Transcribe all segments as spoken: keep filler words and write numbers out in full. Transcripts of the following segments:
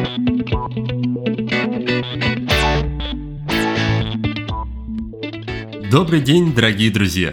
Добрый день, дорогие друзья!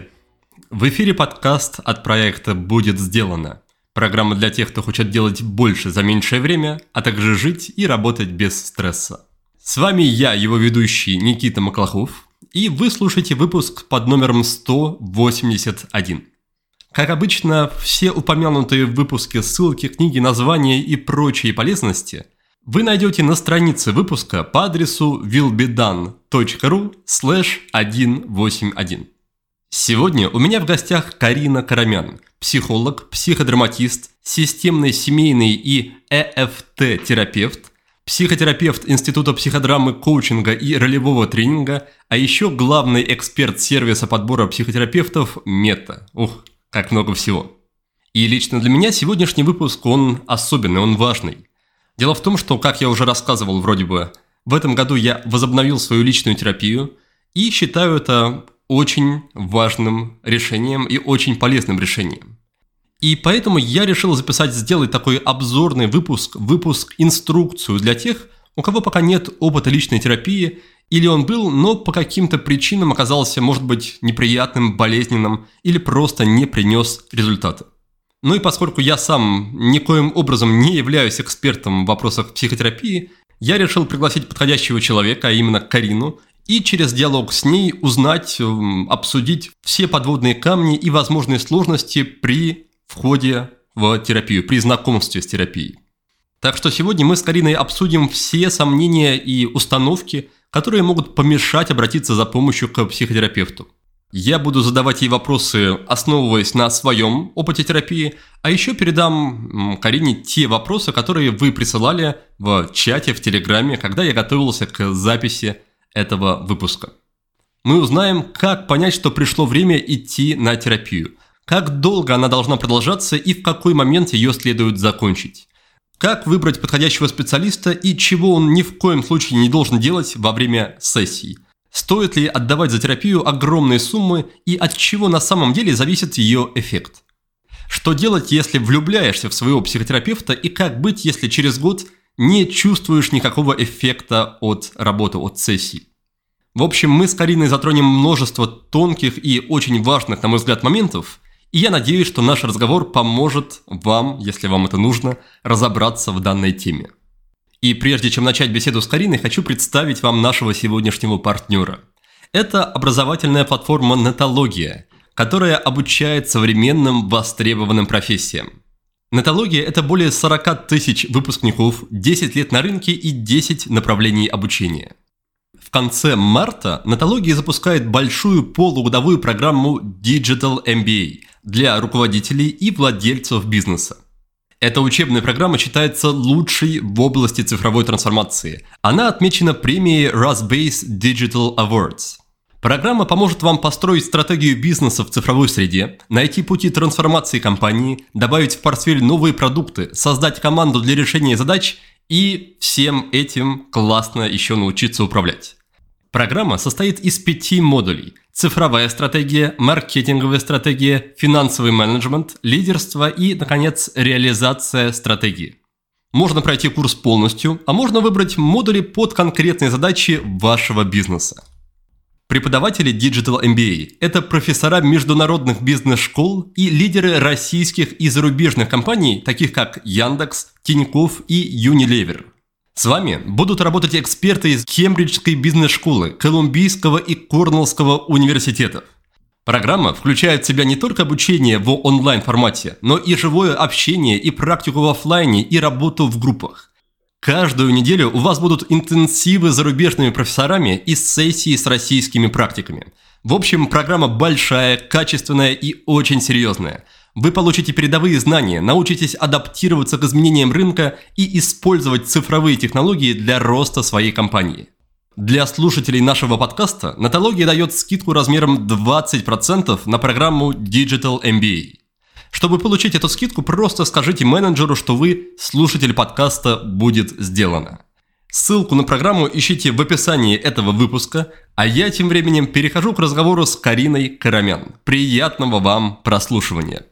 В эфире подкаст от проекта «Будет сделано». Программа для тех, кто хочет делать больше за меньшее время, а также жить и работать без стресса. С вами я, его ведущий Никита Маклахов, и вы слушаете выпуск под номером сто восемьдесят один. Как обычно, все упомянутые в выпуске ссылки, книги, названия и прочие полезности вы найдете на странице выпуска по адресу willbedone.ru слэш сто восемьдесят один. Сегодня у меня в гостях Карина Карамян, психолог, психодраматист, системный семейный и э эф тэ-терапевт, психотерапевт Института психодрамы, коучинга и ролевого тренинга, а еще главный эксперт сервиса подбора психотерапевтов Мета. Ух, как много всего. И лично для меня сегодняшний выпуск, он особенный, он важный. Дело в том, что, как я уже рассказывал вроде бы, в этом году я возобновил свою личную терапию и считаю это очень важным решением и очень полезным решением. И поэтому я решил записать, сделать такой обзорный выпуск, выпуск-инструкцию для тех, у кого пока нет опыта личной терапии, или он был, но по каким-то причинам оказался, может быть, неприятным, болезненным, или просто не принес результата. Ну и поскольку я сам никоим образом не являюсь экспертом в вопросах психотерапии, я решил пригласить подходящего человека, а именно Карину, и через диалог с ней узнать, обсудить все подводные камни и возможные сложности при входе в терапию, при знакомстве с терапией. Так что сегодня мы с Кариной обсудим все сомнения и установки, которые могут помешать обратиться за помощью к психотерапевту. Я буду задавать ей вопросы, основываясь на своем опыте терапии, а еще передам Карине те вопросы, которые вы присылали в чате, в Телеграме, когда я готовился к записи этого выпуска. Мы узнаем, как понять, что пришло время идти на терапию, как долго она должна продолжаться и в какой момент ее следует закончить, как выбрать подходящего специалиста и чего он ни в коем случае не должен делать во время сессий. Стоит ли отдавать за терапию огромные суммы и от чего на самом деле зависит ее эффект? Что делать, если влюбляешься в своего психотерапевта, и как быть, если через год не чувствуешь никакого эффекта от работы, от сессий? В общем, мы с Кариной затронем множество тонких и очень важных, на мой взгляд, моментов, и я надеюсь, что наш разговор поможет вам, если вам это нужно, разобраться в данной теме. И прежде чем начать беседу с Кариной, хочу представить вам нашего сегодняшнего партнера. Это образовательная платформа «Нетология», которая обучает современным востребованным профессиям. «Нетология» – это более сорок тысяч выпускников, десять лет на рынке и десять направлений обучения. В конце марта «Нетология» запускает большую полугодовую программу Digital эм би эй для руководителей и владельцев бизнеса. Эта учебная программа считается лучшей в области цифровой трансформации. Она отмечена премией Rusbase Digital Awards. Программа поможет вам построить стратегию бизнеса в цифровой среде, найти пути трансформации компании, добавить в портфель новые продукты, создать команду для решения задач и всем этим классно еще научиться управлять. Программа состоит из пяти модулей: цифровая стратегия, маркетинговая стратегия, финансовый менеджмент, лидерство и, наконец, реализация стратегии. Можно пройти курс полностью, а можно выбрать модули под конкретные задачи вашего бизнеса. Преподаватели Digital эм би эй – это профессора международных бизнес-школ и лидеры российских и зарубежных компаний, таких как Яндекс, Тинькофф и Unilever. С вами будут работать эксперты из Кембриджской бизнес-школы, Колумбийского и Корнеллского университетов. Программа включает в себя не только обучение в онлайн-формате, но и живое общение, и практику в офлайне, и работу в группах. Каждую неделю у вас будут интенсивы с зарубежными профессорами и сессии с российскими практиками. В общем, программа большая, качественная и очень серьезная. Вы получите передовые знания, научитесь адаптироваться к изменениям рынка и использовать цифровые технологии для роста своей компании. Для слушателей нашего подкаста Нетология дает скидку размером двадцать процентов на программу Digital эм би эй. Чтобы получить эту скидку, просто скажите менеджеру, что вы слушатель подкаста «Будет сделано». Ссылку на программу ищите в описании этого выпуска, а я тем временем перехожу к разговору с Кариной Карамян. Приятного вам прослушивания!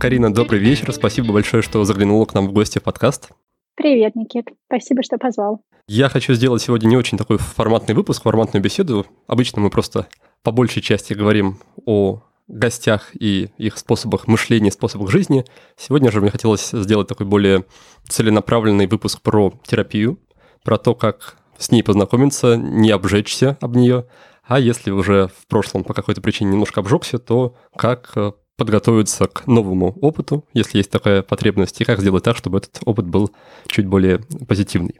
Карина, добрый вечер. Спасибо большое, что заглянула к нам в гости в подкаст. Привет, Никит. Спасибо, что позвал. Я хочу сделать сегодня не очень такой форматный выпуск, форматную беседу. Обычно мы просто по большей части говорим о гостях и их способах мышления, способах жизни. Сегодня же мне хотелось сделать такой более целенаправленный выпуск про терапию, про то, как с ней познакомиться, не обжечься об нее, а если уже в прошлом по какой-то причине немножко обжегся, то как подготовиться к новому опыту, если есть такая потребность, и как сделать так, чтобы этот опыт был чуть более позитивный.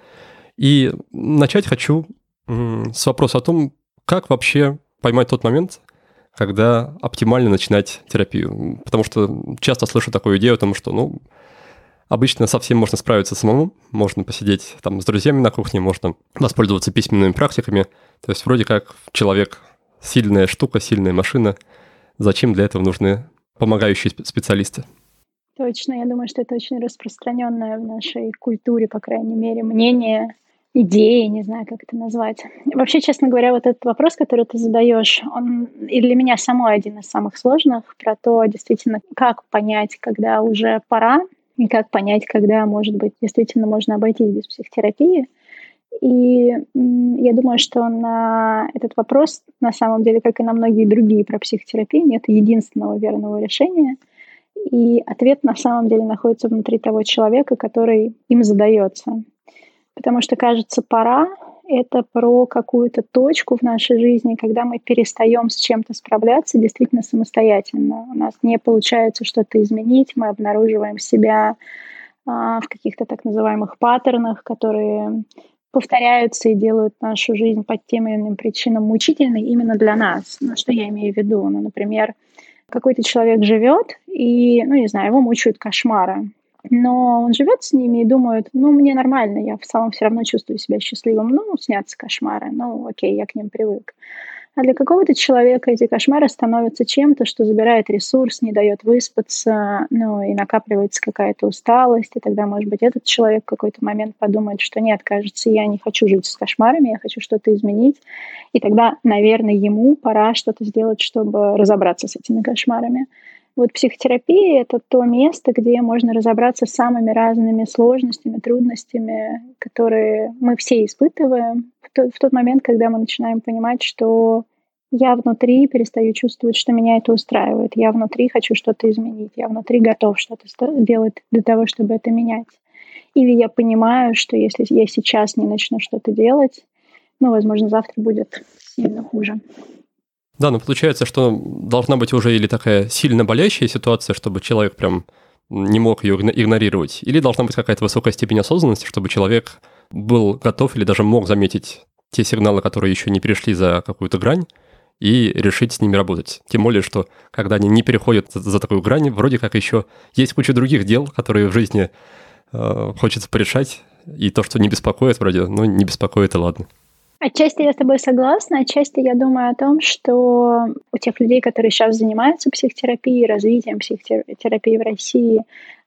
И начать хочу с вопроса о том, как вообще поймать тот момент, когда оптимально начинать терапию. Потому что часто слышу такую идею о том, что, ну, обычно совсем можно справиться самому, можно посидеть там с друзьями на кухне, можно воспользоваться письменными практиками. То есть вроде как человек сильная штука, сильная машина. Зачем для этого нужны помогающие специалисты? Точно, я думаю, что это очень распространенное в нашей культуре, по крайней мере, мнение, идеи, не знаю, как это назвать. Вообще, честно говоря, вот этот вопрос, который ты задаешь, он и для меня самой один из самых сложных, про то, действительно, как понять, когда уже пора, и как понять, когда, может быть, действительно можно обойтись без психотерапии. И м, я думаю, что на этот вопрос, на самом деле, как и на многие другие про психотерапию, нет единственного верного решения. И ответ на самом деле находится внутри того человека, который им задается. Потому что, кажется, пора — это про какую-то точку в нашей жизни, когда мы перестаем с чем-то справляться действительно самостоятельно. У нас не получается что-то изменить, мы обнаруживаем себя а, в каких-то так называемых паттернах, которые повторяются и делают нашу жизнь по тем или иным причинам мучительной именно для нас. Ну, что я имею в виду? Ну, например, какой-то человек живет, и, ну, не знаю, его мучают кошмары. Но он живет с ними и думает, ну, мне нормально, я в целом все равно чувствую себя счастливым. Ну, снятся кошмары, ну, окей, я к ним привык. А для какого-то человека эти кошмары становятся чем-то, что забирает ресурс, не дает выспаться, ну, и накапливается какая-то усталость, и тогда, может быть, этот человек в какой-то момент подумает, что нет, кажется, я не хочу жить с кошмарами, я хочу что-то изменить, и тогда, наверное, ему пора что-то сделать, чтобы разобраться с этими кошмарами. Вот психотерапия — это то место, где можно разобраться с самыми разными сложностями, трудностями, которые мы все испытываем в тот, в тот момент, когда мы начинаем понимать, что я внутри перестаю чувствовать, что меня это устраивает, я внутри хочу что-то изменить, я внутри готов что-то делать для того, чтобы это менять. Или я понимаю, что если я сейчас не начну что-то делать, ну, возможно, завтра будет сильно хуже. Да, но получается, что должна быть уже или такая сильно болящая ситуация, чтобы человек прям не мог ее игнорировать, или должна быть какая-то высокая степень осознанности, чтобы человек был готов или даже мог заметить те сигналы, которые еще не перешли за какую-то грань, и решить с ними работать. Тем более, что когда они не переходят за такую грань, вроде как еще есть куча других дел, которые в жизни э, хочется порешать, и то, что не беспокоит, вроде, ну, не беспокоит, и ладно. Отчасти я с тобой согласна, отчасти я думаю о том, что у тех людей, которые сейчас занимаются психотерапией, развитием психотерапии в России,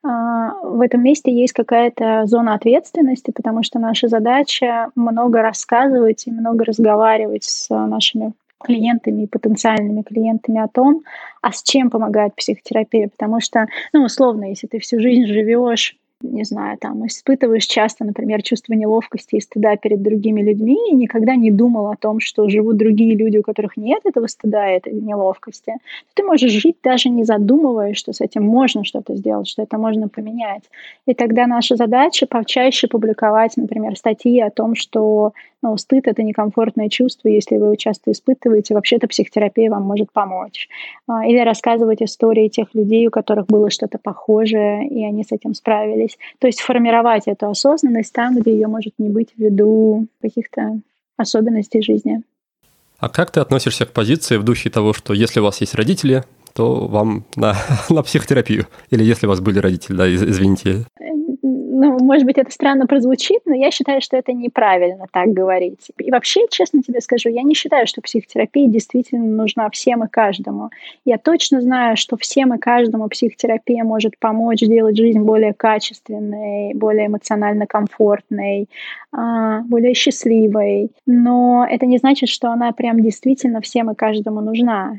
в этом месте есть какая-то зона ответственности, потому что наша задача много рассказывать и много разговаривать с нашими клиентами и потенциальными клиентами о том, а с чем помогает психотерапия. Потому что, ну, условно, если ты всю жизнь живешь, не знаю, там, испытываешь часто, например, чувство неловкости и стыда перед другими людьми, и никогда не думал о том, что живут другие люди, у которых нет этого стыда, этой неловкости, то ты можешь жить, даже не задумываясь, что с этим можно что-то сделать, что это можно поменять. И тогда наша задача почаще публиковать, например, статьи о том, что, ну, стыд — это некомфортное чувство, если вы его часто испытываете, вообще-то психотерапия вам может помочь. Или рассказывать истории тех людей, у которых было что-то похожее, и они с этим справились. То есть формировать эту осознанность там, где ее может не быть ввиду каких-то особенностей жизни. А как ты относишься к позиции в духе того, что если у вас есть родители, то вам на, на психотерапию? Или если у вас были родители, да, извините. Ну, может быть, это странно прозвучит, но я считаю, что это неправильно так говорить. И вообще, честно тебе скажу, я не считаю, что психотерапия действительно нужна всем и каждому. Я точно знаю, что всем и каждому психотерапия может помочь сделать жизнь более качественной, более эмоционально комфортной, более счастливой. Но это не значит, что она прям действительно всем и каждому нужна.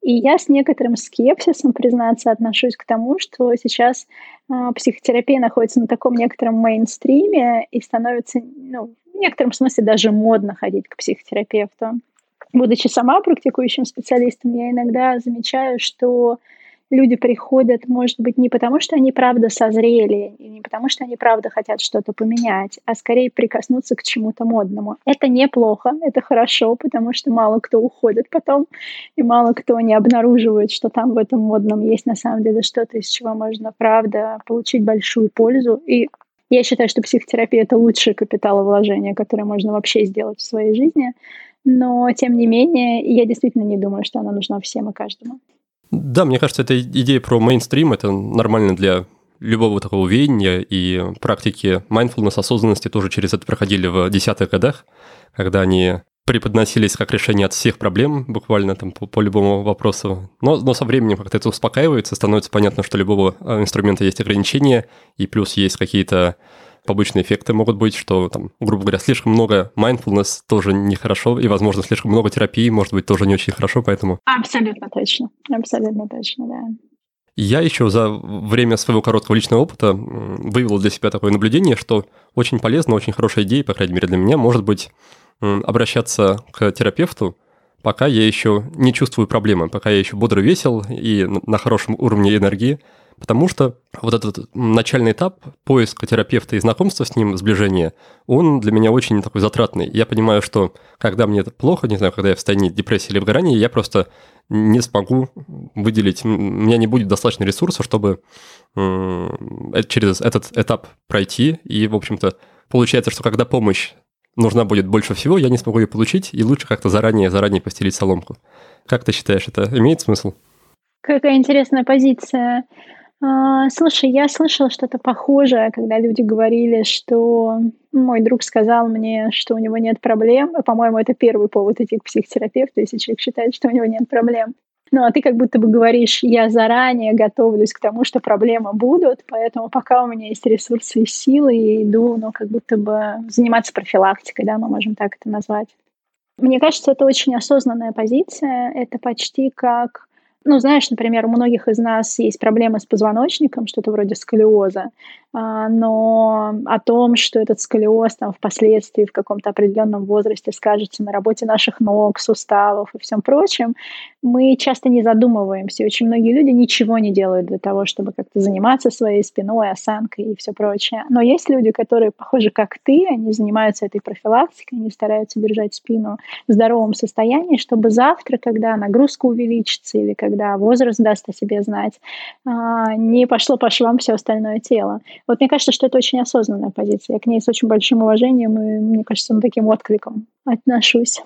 И я с некоторым скепсисом, признаться, отношусь к тому, что сейчас а, психотерапия находится на таком некотором мейнстриме и становится, ну, в некотором смысле даже модно ходить к психотерапевту. Будучи сама практикующим специалистом, я иногда замечаю, что люди приходят, может быть, не потому, что они правда созрели, и не потому, что они правда хотят что-то поменять, а скорее прикоснуться к чему-то модному. Это неплохо, это хорошо, потому что мало кто уходит потом, и мало кто не обнаруживает, что там в этом модном есть на самом деле что-то, из чего можно, правда, получить большую пользу. И я считаю, что психотерапия — это лучшее капиталовложение, которое можно вообще сделать в своей жизни. Но, тем не менее, я действительно не думаю, что она нужна всем и каждому. Да, мне кажется, эта идея про мейнстрим – это нормально для любого такого веяния, и практики mindfulness, осознанности тоже через это проходили в десятых годах, когда они преподносились как решение от всех проблем, буквально там по, по любому вопросу. Но, но со временем как-то это успокаивается, становится понятно, что у любого инструмента есть ограничения, и плюс есть какие-то побочные эффекты могут быть, что, там, грубо говоря, слишком много mindfulness тоже нехорошо, и, возможно, слишком много терапии может быть тоже не очень хорошо, поэтому... Абсолютно точно, абсолютно точно, да. Я еще за время своего короткого личного опыта вывел для себя такое наблюдение, что очень полезно, очень хорошая идея, по крайней мере для меня, может быть обращаться к терапевту, пока я еще не чувствую проблемы, пока я еще бодро весел и на хорошем уровне энергии, потому что вот этот начальный этап поиска терапевта и знакомства с ним, сближения, он для меня очень такой затратный. Я понимаю, что когда мне плохо, не знаю, когда я в состоянии депрессии или выгорания, я просто не смогу выделить, у меня не будет достаточно ресурсов, чтобы через этот этап пройти. И, в общем-то, получается, что когда помощь нужна будет больше всего, я не смогу ее получить, и лучше как-то заранее, заранее постелить соломку. Как ты считаешь, это имеет смысл? Какая интересная позиция. А, слушай, я слышала что-то похожее, когда люди говорили, что мой друг сказал мне, что у него нет проблем. И, по-моему, это первый повод идти к психотерапевту, если человек считает, что у него нет проблем. Ну, а ты как будто бы говоришь, я заранее готовлюсь к тому, что проблемы будут, поэтому пока у меня есть ресурсы и силы, я иду, ну, как будто бы заниматься профилактикой, да, мы можем так это назвать. Мне кажется, это очень осознанная позиция. Это почти как... Ну, знаешь, например, у многих из нас есть проблемы с позвоночником, что-то вроде сколиоза, но о том, что этот сколиоз там впоследствии в каком-то определенном возрасте скажется на работе наших ног, суставов и всем прочем, мы часто не задумываемся. И очень многие люди ничего не делают для того, чтобы как-то заниматься своей спиной, осанкой и все прочее. Но есть люди, которые, похоже, как ты, они занимаются этой профилактикой, они стараются держать спину в здоровом состоянии, чтобы завтра, когда нагрузка увеличится или когда когда возраст даст о себе знать, не пошло по швам все остальное тело. Вот мне кажется, что это очень осознанная позиция. Я к ней с очень большим уважением и, мне кажется, с таким откликом отношусь.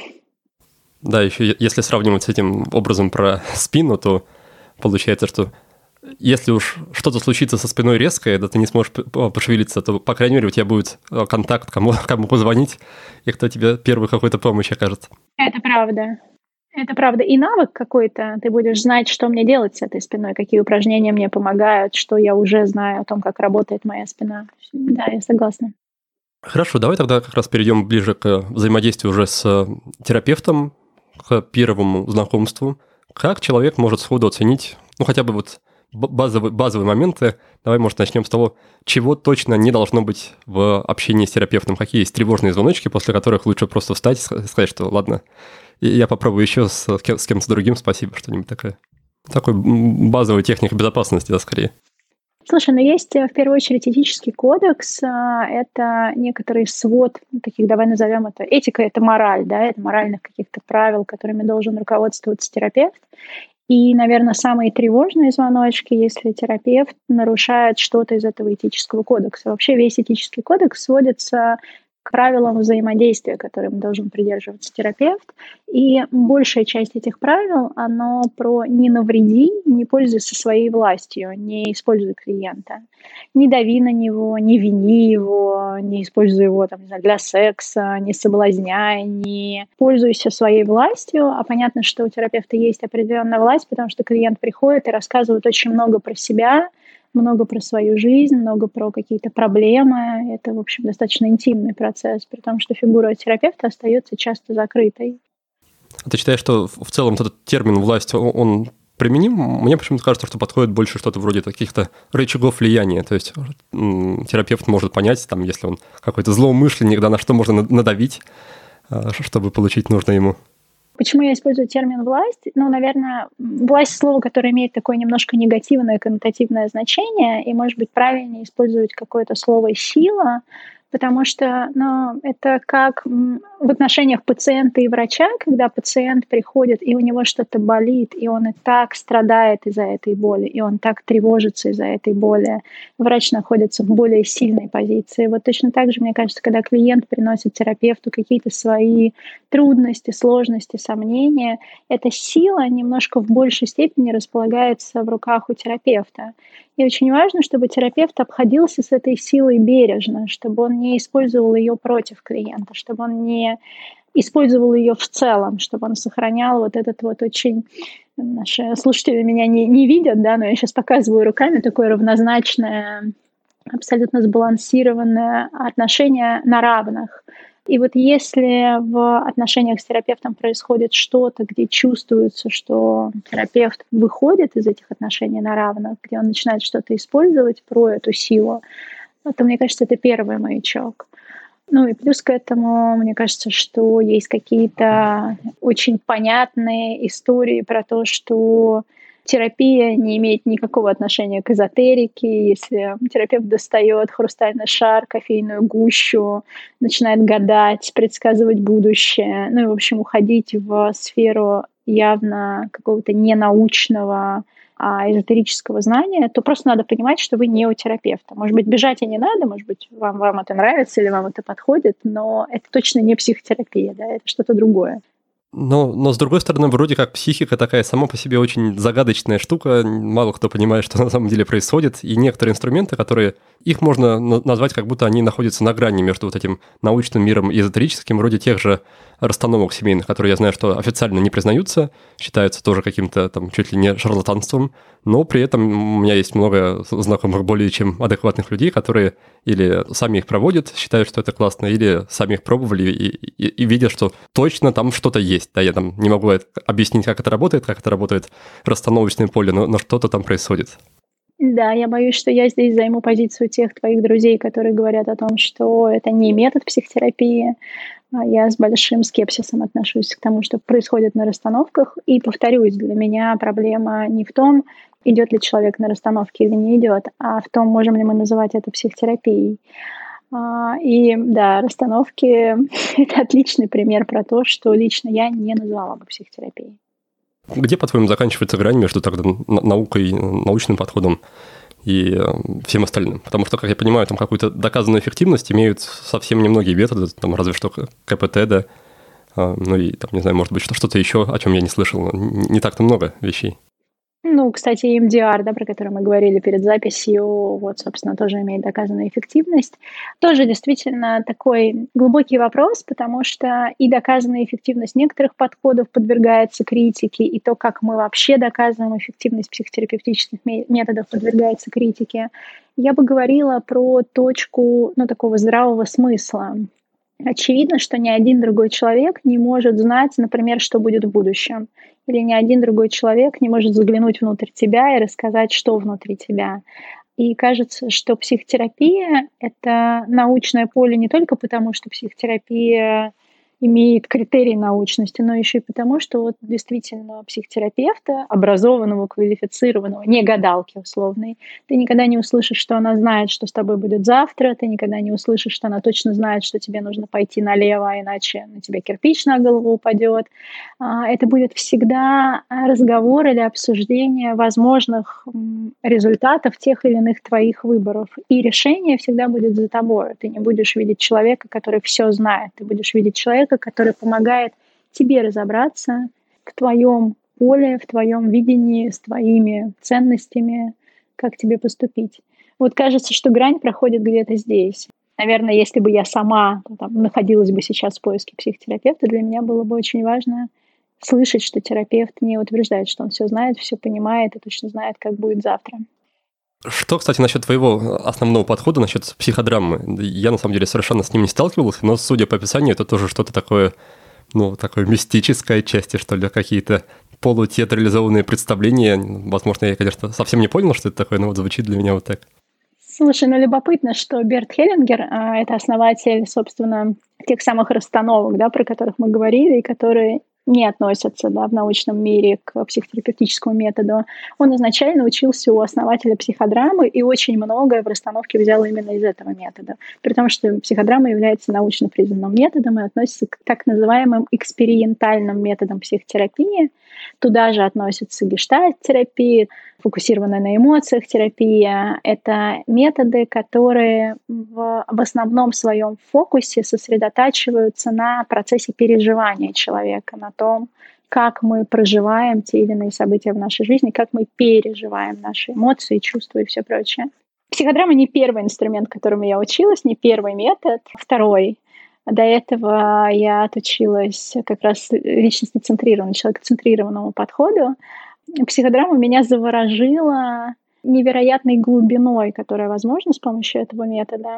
Да, еще если сравнивать с этим образом про спину, то получается, что если уж что-то случится со спиной резкое, да ты не сможешь пошевелиться, то, по крайней мере, у тебя будет контакт, кому, кому позвонить, и кто тебе первый какой-то помощь окажет. Это правда. Это правда. И навык какой-то. Ты будешь знать, что мне делать с этой спиной, какие упражнения мне помогают, что я уже знаю о том, как работает моя спина. Да, я согласна. Хорошо, давай тогда как раз перейдем ближе к взаимодействию уже с терапевтом, к первому знакомству. Как человек может сходу оценить, ну, хотя бы вот базовые, базовые моменты. Давай, может, начнем с того, чего точно не должно быть в общении с терапевтом. Какие есть тревожные звоночки, после которых лучше просто встать и сказать, что ладно, я попробую еще с, с кем-то другим, спасибо, что-нибудь такое. Такой базовая техника безопасности, да, скорее. Слушай, ну есть в первую очередь этический кодекс, это некоторый свод таких, давай назовем это, этика — это мораль, да, это моральных каких-то правил, которыми должен руководствоваться терапевт. И, наверное, самые тревожные звоночки, если терапевт нарушает что-то из этого этического кодекса. Вообще весь этический кодекс сводится к правилам взаимодействия, которым должен придерживаться терапевт. И большая часть этих правил, оно про «не навреди, не пользуйся своей властью, не используй клиента, не дави на него, не вини его, не используй его там, не знаю, для секса, не соблазняй, не пользуйся своей властью». А понятно, что у терапевта есть определенная власть, потому что клиент приходит и рассказывает очень много про себя, много про свою жизнь, много про какие-то проблемы. Это, в общем, достаточно интимный процесс, при том, что фигура терапевта остается часто закрытой. Ты считаешь, что в целом этот термин «власть», он применим? Мне почему-то кажется, что подходит больше что-то вроде каких-то рычагов влияния. То есть терапевт может понять, там, если он какой-то злоумышленник, да, на что можно надавить, чтобы получить нужное ему. Почему я использую термин «власть»? Ну, наверное, власть — слово, которое имеет такое немножко негативное коннотативное значение, и, может быть, правильнее использовать какое-то слово «сила», потому что, ну, это как в отношениях пациента и врача, когда пациент приходит, и у него что-то болит, и он и так страдает из-за этой боли, и он так тревожится из-за этой боли. Врач находится в более сильной позиции. Вот точно так же, мне кажется, когда клиент приносит терапевту какие-то свои трудности, сложности, сомнения, эта сила немножко в большей степени располагается в руках у терапевта. И очень важно, чтобы терапевт обходился с этой силой бережно, чтобы он не использовал ее против клиента, чтобы он не использовал ее в целом, чтобы он сохранял вот этот вот очень... Наши слушатели меня не, не видят, да, но я сейчас показываю руками такое равнозначное, абсолютно сбалансированное отношение на равных. И вот если в отношениях с терапевтом происходит что-то, где чувствуется, что терапевт выходит из этих отношений на равных, где он начинает что-то использовать про эту силу, то, мне кажется, это первый маячок. Ну и плюс к этому, мне кажется, что есть какие-то очень понятные истории про то, что терапия не имеет никакого отношения к эзотерике. Если терапевт достает хрустальный шар, кофейную гущу, начинает гадать, предсказывать будущее, ну и, в общем, уходить в сферу явно какого-то ненаучного, а эзотерического знания, то просто надо понимать, что вы не у терапевта. Может быть, бежать и не надо, может быть, вам, вам это нравится или вам это подходит, но это точно не психотерапия, да, это что-то другое. Но, но, с другой стороны, вроде как психика такая сама по себе очень загадочная штука, мало кто понимает, что на самом деле происходит, и некоторые инструменты, которые, их можно назвать, как будто они находятся на грани между вот этим научным миром и эзотерическим, вроде тех же расстановок семейных, которые я знаю, что официально не признаются, считаются тоже каким-то там чуть ли не шарлатанством, но при этом у меня есть много знакомых более чем адекватных людей, которые или сами их проводят, считают, что это классно, или сами их пробовали и, и, и видят, что точно там что-то есть. Да, я там не могу объяснить, как это работает, как это работает расстановочное поле, но, но что-то там происходит. Да, я боюсь, что я здесь займу позицию тех твоих друзей, которые говорят о том, что это не метод психотерапии. Я с большим скепсисом отношусь к тому, что происходит на расстановках. И, повторюсь, для меня проблема не в том, идет ли человек на расстановке или не идет, а в том, можем ли мы называть это психотерапией. И да, расстановки — это отличный пример про то, что лично я не назвала бы психотерапией. Где, по-твоему, заканчивается грань между тогда наукой, научным подходом и всем остальным? Потому что, как я понимаю, там какую-то доказанную эффективность имеют совсем немногие методы, там разве что КПТ, да, ну и, там, не знаю, может быть, что-то еще, о чем я не слышал, не так-то много вещей. Ну, кстати, эм ди ар, да, про который мы говорили перед записью, вот, собственно, тоже имеет доказанную эффективность. Тоже действительно такой глубокий вопрос, потому что и доказанная эффективность некоторых подходов подвергается критике, и то, как мы вообще доказываем эффективность психотерапевтических методов, подвергается критике. Я бы говорила про точку, ну, такого здравого смысла. Очевидно, что ни один другой человек не может знать, например, что будет в будущем. Или ни один другой человек не может заглянуть внутрь тебя и рассказать, что внутри тебя. И кажется, что психотерапия — это научное поле не только потому, что психотерапия имеет критерии научности, но еще и потому, что вот действительно психотерапевта, образованного, квалифицированного, не гадалки условной, ты никогда не услышишь, что она знает, что с тобой будет завтра, ты никогда не услышишь, что она точно знает, что тебе нужно пойти налево, иначе на тебя кирпич на голову упадет. Это будет всегда разговор или обсуждение возможных результатов тех или иных твоих выборов. И решение всегда будет за тобой. Ты не будешь видеть человека, который все знает, ты будешь видеть человека, который помогает тебе разобраться в твоем поле, в твоем видении, с твоими ценностями, как тебе поступить. Вот кажется, что грань проходит где-то здесь. Наверное, если бы я сама там, находилась бы сейчас в поиске психотерапевта, для меня было бы очень важно слышать, что терапевт не утверждает, что он все знает, все понимает и точно знает, как будет завтра. Что, кстати, насчет твоего основного подхода, насчет психодрамы? Я, на самом деле, совершенно с ним не сталкивался, но, судя по описанию, это тоже что-то такое ну, такой мистической части, что ли, какие-то полутеатрализованные представления. Возможно, я, конечно, совсем не понял, что это такое, но вот звучит для меня вот так. Слушай, ну любопытно, что Берт Хеллингер, а, это основатель, собственно, тех самых расстановок, да, про которых мы говорили, и которые не относятся, да, в научном мире к психотерапевтическому методу. Он изначально учился у основателя психодрамы и очень многое в расстановке взял именно из этого метода. При том, что психодрама является научно признанным методом и относится к так называемым экспериментальным методам психотерапии. Туда же относятся гештальт-терапия, фокусированная на эмоциях терапия. Это методы, которые в, в основном своем фокусе сосредотачиваются на процессе переживания человека, на том, как мы проживаем те или иные события в нашей жизни, как мы переживаем наши эмоции, чувства и все прочее. Психодрама не первый инструмент, которому я училась, не первый метод, второй. До этого я отучилась как раз личностно-центрированному, человекоцентрированному подходу. Психодрама меня заворожила невероятной глубиной, которая возможна с помощью этого метода,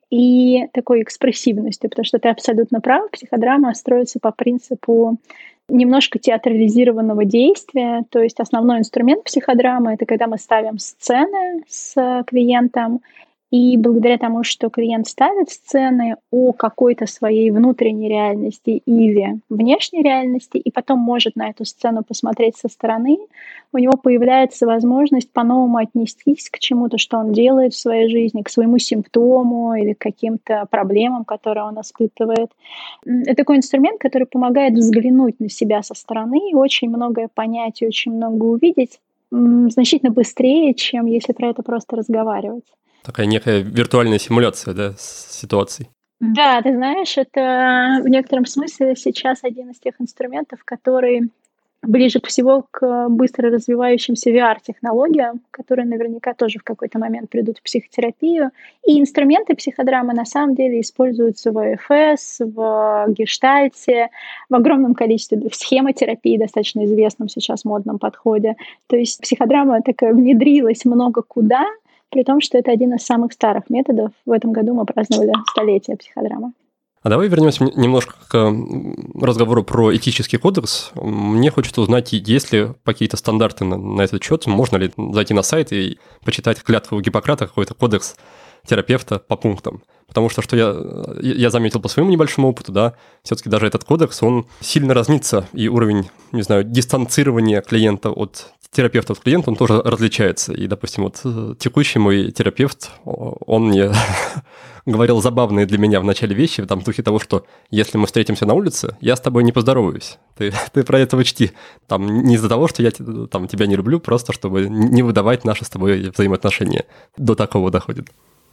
и такой экспрессивностью, потому что ты абсолютно прав, психодрама строится по принципу немножко театрализированного действия, то есть основной инструмент психодрамы — это когда мы ставим сцены с клиентом, и благодаря тому, что клиент ставит сцены о какой-то своей внутренней реальности или внешней реальности, и потом может на эту сцену посмотреть со стороны, у него появляется возможность по-новому отнестись к чему-то, что он делает в своей жизни, к своему симптому или к каким-то проблемам, которые он испытывает. Это такой инструмент, который помогает взглянуть на себя со стороны и очень многое понять и очень много увидеть значительно быстрее, чем если про это просто разговаривать. Такая некая виртуальная симуляция, да, ситуаций. Да, ты знаешь, это в некотором смысле сейчас один из тех инструментов, который ближе всего к быстро развивающимся ви ар-технологиям, которые наверняка тоже в какой-то момент придут в психотерапию. И инструменты психодрамы на самом деле используются в о эф эс, в гештальте, в огромном количестве, в схемотерапии, достаточно известном сейчас модном подходе. То есть психодрама такая внедрилась много куда, при том, что это один из самых старых методов. В этом году мы праздновали столетие психодрамы. А давай вернемся немножко к разговору про этический кодекс. Мне хочется узнать, есть ли какие-то стандарты на, на этот счет, можно ли зайти на сайт и почитать клятву Гиппократа, какой-то кодекс терапевта по пунктам. Потому что, что я, я заметил по своему небольшому опыту, да, все-таки даже этот кодекс, он сильно разнится, и уровень, не знаю, дистанцирования клиента от терапевта от клиента, он тоже различается. И, допустим, вот текущий мой терапевт, он мне говорил забавные для меня в начале вещи, там, в духе того, что если мы встретимся на улице, я с тобой не поздороваюсь. Ты, ты про это учти. Там, не из-за того, что я там, тебя не люблю, просто чтобы не выдавать наши с тобой взаимоотношения. До такого доходит.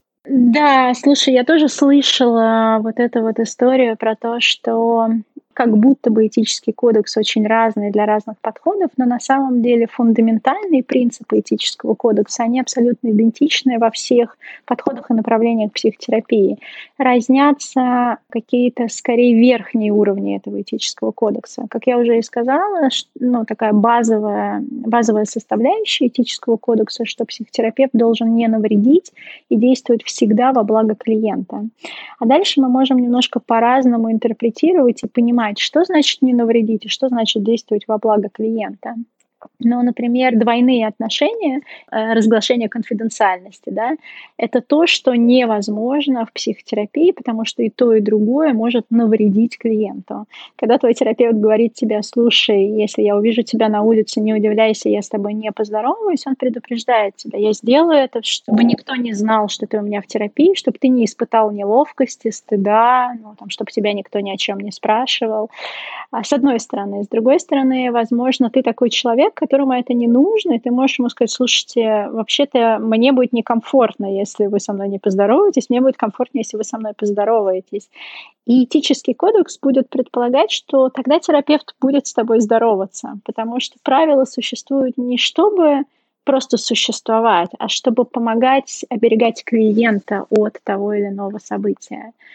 Да, слушай, я тоже слышала вот эту вот историю про то, что как будто бы этический кодекс очень разный для разных подходов, но на самом деле фундаментальные принципы этического кодекса, они абсолютно идентичны во всех подходах и направлениях психотерапии. Разнятся какие-то, скорее, верхние уровни этого этического кодекса. Как я уже и сказала, ну, такая базовая, базовая составляющая этического кодекса, что психотерапевт должен не навредить и действовать всегда во благо клиента. А дальше мы можем немножко по-разному интерпретировать и понимать, что значит не навредить и что значит действовать во благо клиента. Ну, например, двойные отношения, разглашение конфиденциальности, да, это то, что невозможно в психотерапии, потому что и то, и другое может навредить клиенту. Когда твой терапевт говорит тебе: слушай, если я увижу тебя на улице, не удивляйся, я с тобой не поздороваюсь, он предупреждает тебя: я сделаю это, чтобы никто не знал, что ты у меня в терапии, чтобы ты не испытал неловкости, стыда, ну, там, чтобы тебя никто ни о чем не спрашивал. А с одной стороны. С другой стороны, возможно, ты такой человек, которому это не нужно, и ты можешь ему сказать: слушайте, вообще-то мне будет некомфортно, если вы со мной не поздороваетесь, мне будет комфортнее, если вы со мной поздороваетесь. И этический кодекс будет предполагать, что тогда терапевт будет с тобой здороваться, потому что правила существуют не чтобы просто существовать, а чтобы помогать оберегать клиента от того или иного события.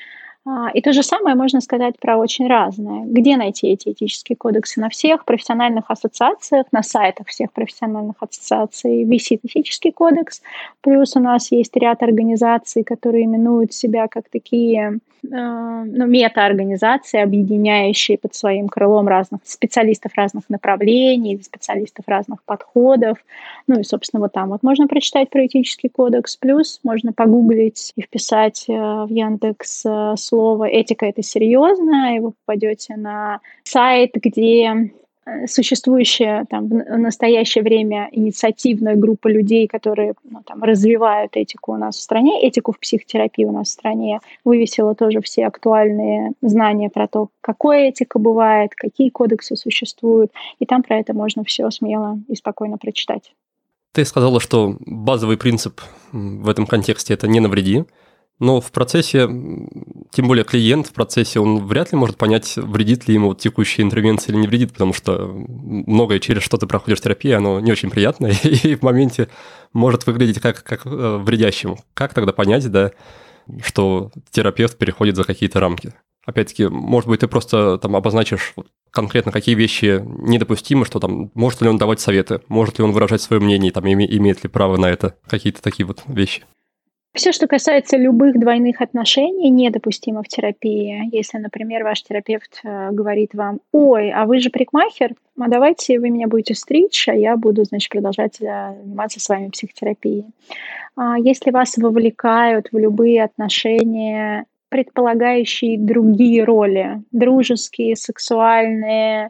А, И то же самое можно сказать про очень разное. Где найти эти этические кодексы? На всех профессиональных ассоциациях, на сайтах всех профессиональных ассоциаций висит этический кодекс. Плюс у нас есть ряд организаций, которые именуют себя как такие э, ну, мета-организации, объединяющие под своим крылом разных специалистов разных направлений, специалистов разных подходов. Ну и, собственно, вот там вот можно прочитать про этический кодекс. Плюс можно погуглить и вписать э, в Яндекс э, слово «этика» — это серьезно, и вы попадете на сайт, где э, существующая там, в настоящее время инициативная группа людей, которые ну, там, развивают этику у нас в стране, этику в психотерапии у нас в стране, вывесила тоже все актуальные знания про то, какая этика бывает, какие кодексы существуют, и там про это можно все смело и спокойно прочитать. Ты сказала, что базовый принцип в этом контексте – это «не навреди», но в процессе, тем более клиент в процессе, он вряд ли может понять, вредит ли ему вот текущая интервенция или не вредит, потому что многое, через что ты проходишь терапию, оно не очень приятное и в моменте может выглядеть как, как вредящим. Как тогда понять, да, что терапевт переходит за какие-то рамки? Опять-таки, может быть, ты просто там обозначишь конкретно, какие вещи недопустимы, что там, может ли он давать советы, может ли он выражать свое мнение, там, име, имеет ли право на это, какие-то такие вот вещи. Все, что касается любых двойных отношений, недопустимо в терапии. Если, например, ваш терапевт э, говорит вам: «Ой, а вы же парикмахер, а давайте вы меня будете стричь, а я буду, значит, продолжать э, заниматься с вами психотерапией». А если вас вовлекают в любые отношения, предполагающие другие роли, дружеские, сексуальные,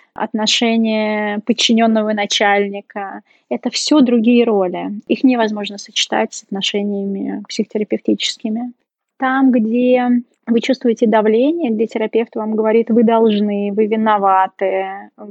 отношения подчиненного и начальника. Это все другие роли. Их невозможно сочетать с отношениями психотерапевтическими. Там, где вы чувствуете давление, где терапевт вам говорит: вы должны, вы виноваты,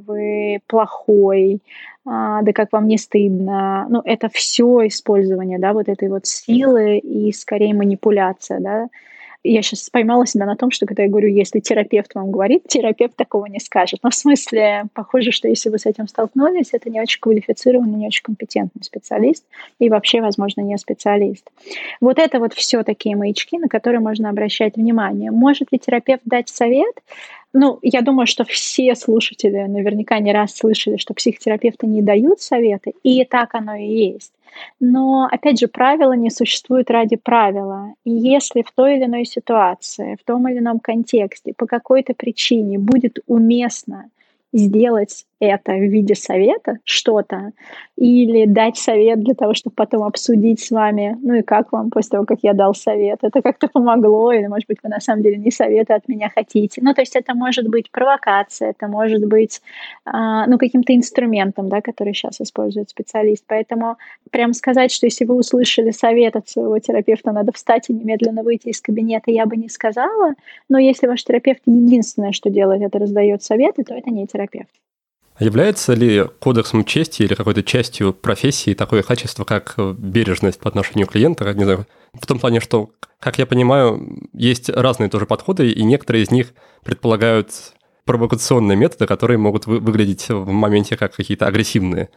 вы плохой, а, да как вам не стыдно. Ну, это все использование, да, вот этой вот силы и скорее манипуляция, да. Я сейчас поймала себя на том, что когда я говорю, если терапевт вам говорит, терапевт такого не скажет. Но в смысле, похоже, что если вы с этим столкнулись, это не очень квалифицированный, не очень компетентный специалист и вообще, возможно, не специалист. Вот это вот все такие маячки, на которые можно обращать внимание. Может ли терапевт дать совет? Ну, я думаю, что все слушатели наверняка не раз слышали, что психотерапевты не дают советы, и так оно и есть. Но, опять же, правила не существуют ради правила. И если в той или иной ситуации, в том или ином контексте, по какой-то причине будет уместно сделать это в виде совета, что-то, или дать совет для того, чтобы потом обсудить с вами, ну и как вам после того, как я дал совет, это как-то помогло, или, может быть, вы на самом деле не советы от меня хотите. Ну, то есть это может быть провокация, это может быть, а, ну, каким-то инструментом, да, который сейчас использует специалист. Поэтому прям сказать, что если вы услышали совет от своего терапевта, надо встать и немедленно выйти из кабинета, я бы не сказала. Но если ваш терапевт единственное, что делает, это раздает советы, то это не терапевт. Является ли кодексом чести или какой-то частью профессии такое качество, как бережность по отношению к клиенту? Не знаю, в том плане, что, как я понимаю, есть разные тоже подходы, и некоторые из них предполагают провокационные методы, которые могут вы- выглядеть в моменте как какие-то агрессивные.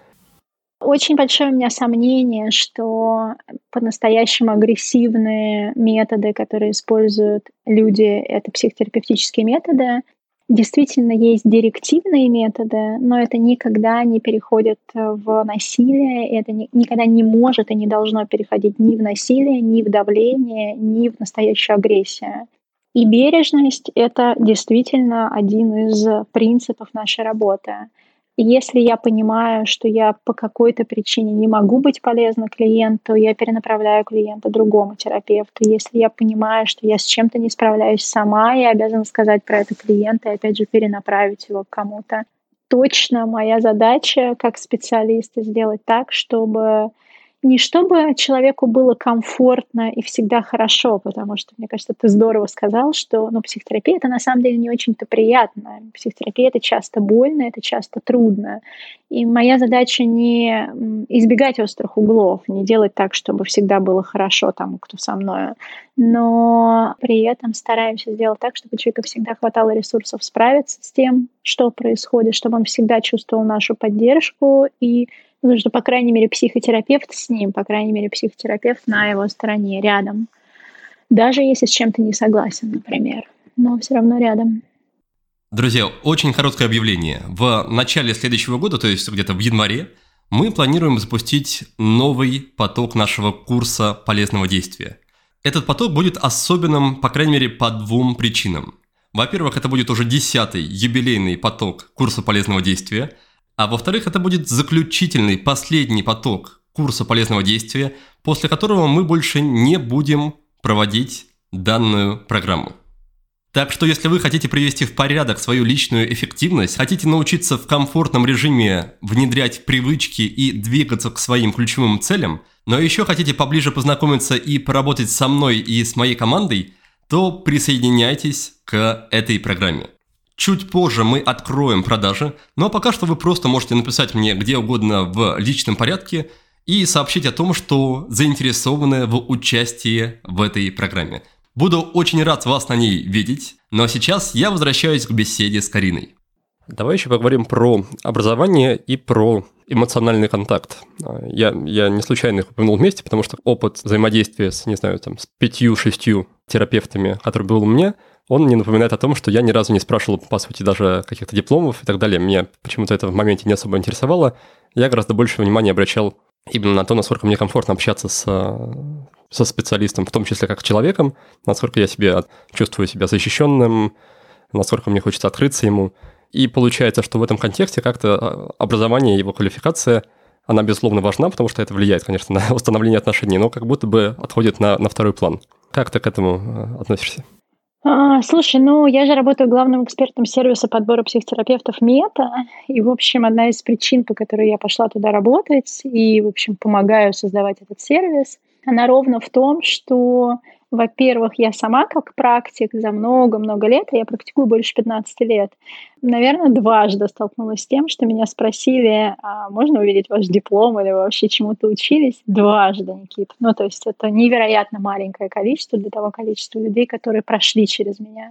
Очень большое у меня сомнение, что по-настоящему агрессивные методы, которые используют люди, это психотерапевтические методы. Действительно, есть директивные методы, но это никогда не переходит в насилие, это ни- никогда не может и не должно переходить ни в насилие, ни в давление, ни в настоящую агрессию. И бережность — это действительно один из принципов нашей работы. Если я понимаю, что я по какой-то причине не могу быть полезна клиенту, я перенаправляю клиента другому терапевту. Если я понимаю, что я с чем-то не справляюсь сама, я обязана сказать про это клиенту и, опять же, перенаправить его к кому-то. Точно моя задача как специалиста сделать так, чтобы не чтобы человеку было комфортно и всегда хорошо, потому что, мне кажется, ты здорово сказал, что ну, психотерапия — это на самом деле не очень-то приятно. Психотерапия — это часто больно, это часто трудно. И моя задача не избегать острых углов, не делать так, чтобы всегда было хорошо тому, кто со мной, но при этом стараемся сделать так, чтобы у человека всегда хватало ресурсов справиться с тем, что происходит, чтобы он всегда чувствовал нашу поддержку и потому что, по крайней мере, психотерапевт с ним, по крайней мере, психотерапевт на его стороне, рядом. даже если с чем-то не согласен, например, но все равно рядом. Друзья, очень короткое объявление. В начале следующего года, то есть где-то в январе, мы планируем запустить новый поток нашего курса полезного действия. Этот поток будет особенным, по крайней мере, по двум причинам. Во-первых, это будет уже десятый юбилейный поток курса полезного действия, а во-вторых, это будет заключительный, последний поток курса полезного действия, после которого мы больше не будем проводить данную программу. Так что если вы хотите привести в порядок свою личную эффективность, хотите научиться в комфортном режиме внедрять привычки и двигаться к своим ключевым целям, но еще хотите поближе познакомиться и поработать со мной и с моей командой, то присоединяйтесь к этой программе. Чуть позже мы откроем продажи, но пока что вы просто можете написать мне где угодно в личном порядке и сообщить о том, что заинтересованы в участии в этой программе. Буду очень рад вас на ней видеть, но сейчас я возвращаюсь к беседе с Кариной. Давай еще поговорим про образование и про эмоциональный контакт. Я, я не случайно их упомянул вместе, потому что опыт взаимодействия с, не знаю, там, с пятью-шестью терапевтами, который был у меня, он мне напоминает о том, что я ни разу не спрашивал, по сути, даже каких-то дипломов и так далее. Меня почему-то это в моменте не особо интересовало. Я гораздо больше внимания обращал именно на то, насколько мне комфортно общаться с, со специалистом, в том числе как человеком, насколько я себе чувствую себя защищенным, насколько мне хочется открыться ему. И получается, что в этом контексте как-то образование, его квалификация, она, безусловно, важна, потому что это влияет, конечно, на установление отношений, но как будто бы отходит на, на второй план. Как ты к этому относишься? А, слушай, ну я же работаю главным экспертом сервиса подбора психотерапевтов Мета, и, в общем, одна из причин, по которой я пошла туда работать и, в общем, помогаю создавать этот сервис, она ровно в том, что, во-первых, я сама как практик за много-много лет, я практикую больше пятнадцати лет, наверное, дважды столкнулась с тем, что меня спросили, а можно увидеть ваш диплом или вы вообще чему-то учились? Дважды, Никит. Ну, то есть это невероятно маленькое количество для того количества людей, которые прошли через меня.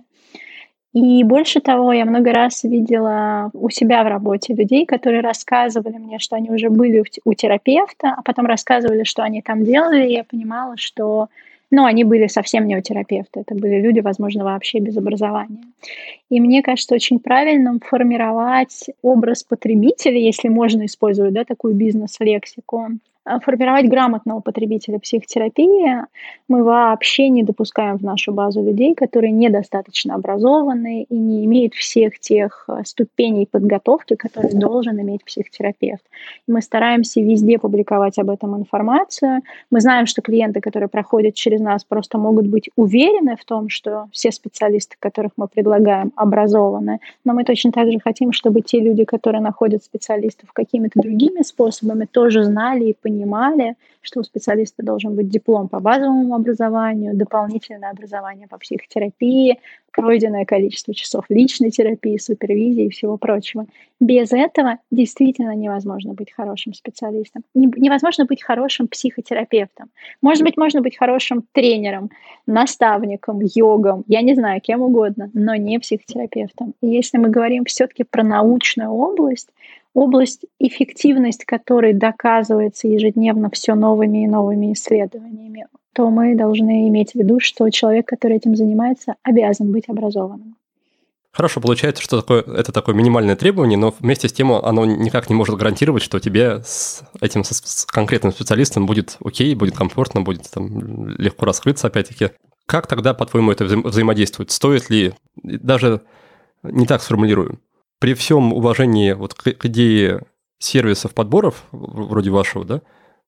И больше того, я много раз видела у себя в работе людей, которые рассказывали мне, что они уже были у терапевта, а потом рассказывали, что они там делали, и я понимала, что ну, они были совсем не у терапевта, это были люди, возможно, вообще без образования. И мне кажется, очень правильно формировать образ потребителя, если можно использовать, да, такую бизнес-лексику, формировать грамотного потребителя психотерапии. Мы вообще не допускаем в нашу базу людей, которые недостаточно образованы и не имеют всех тех ступеней подготовки, которые должен иметь психотерапевт. Мы стараемся везде публиковать об этом информацию. Мы знаем, что клиенты, которые проходят через нас, просто могут быть уверены в том, что все специалисты, которых мы предлагаем, образованы. Но мы точно так же хотим, чтобы те люди, которые находят специалистов какими-то другими способами, тоже знали и понимали, понимали, что у специалиста должен быть диплом по базовому образованию, дополнительное образование по психотерапии, пройденное количество часов личной терапии, супервизии и всего прочего. Без этого действительно невозможно быть хорошим специалистом. Невозможно быть хорошим психотерапевтом. Может быть, можно быть хорошим тренером, наставником, йогом, я не знаю, кем угодно, но не психотерапевтом. И если мы говорим все-таки про научную область, область, эффективность которой доказывается ежедневно все новыми и новыми исследованиями, то мы должны иметь в виду, что человек, который этим занимается, обязан быть образованным. Хорошо, получается, что такое, это такое минимальное требование, но вместе с тем оно никак не может гарантировать, что тебе с этим с, с конкретным специалистом будет окей, будет комфортно, будет там, легко раскрыться опять-таки. Как тогда, по-твоему, это вза- взаимодействует? Стоит ли, даже не так сформулирую, при всем уважении вот к, к идее сервисов подборов, вроде вашего, да,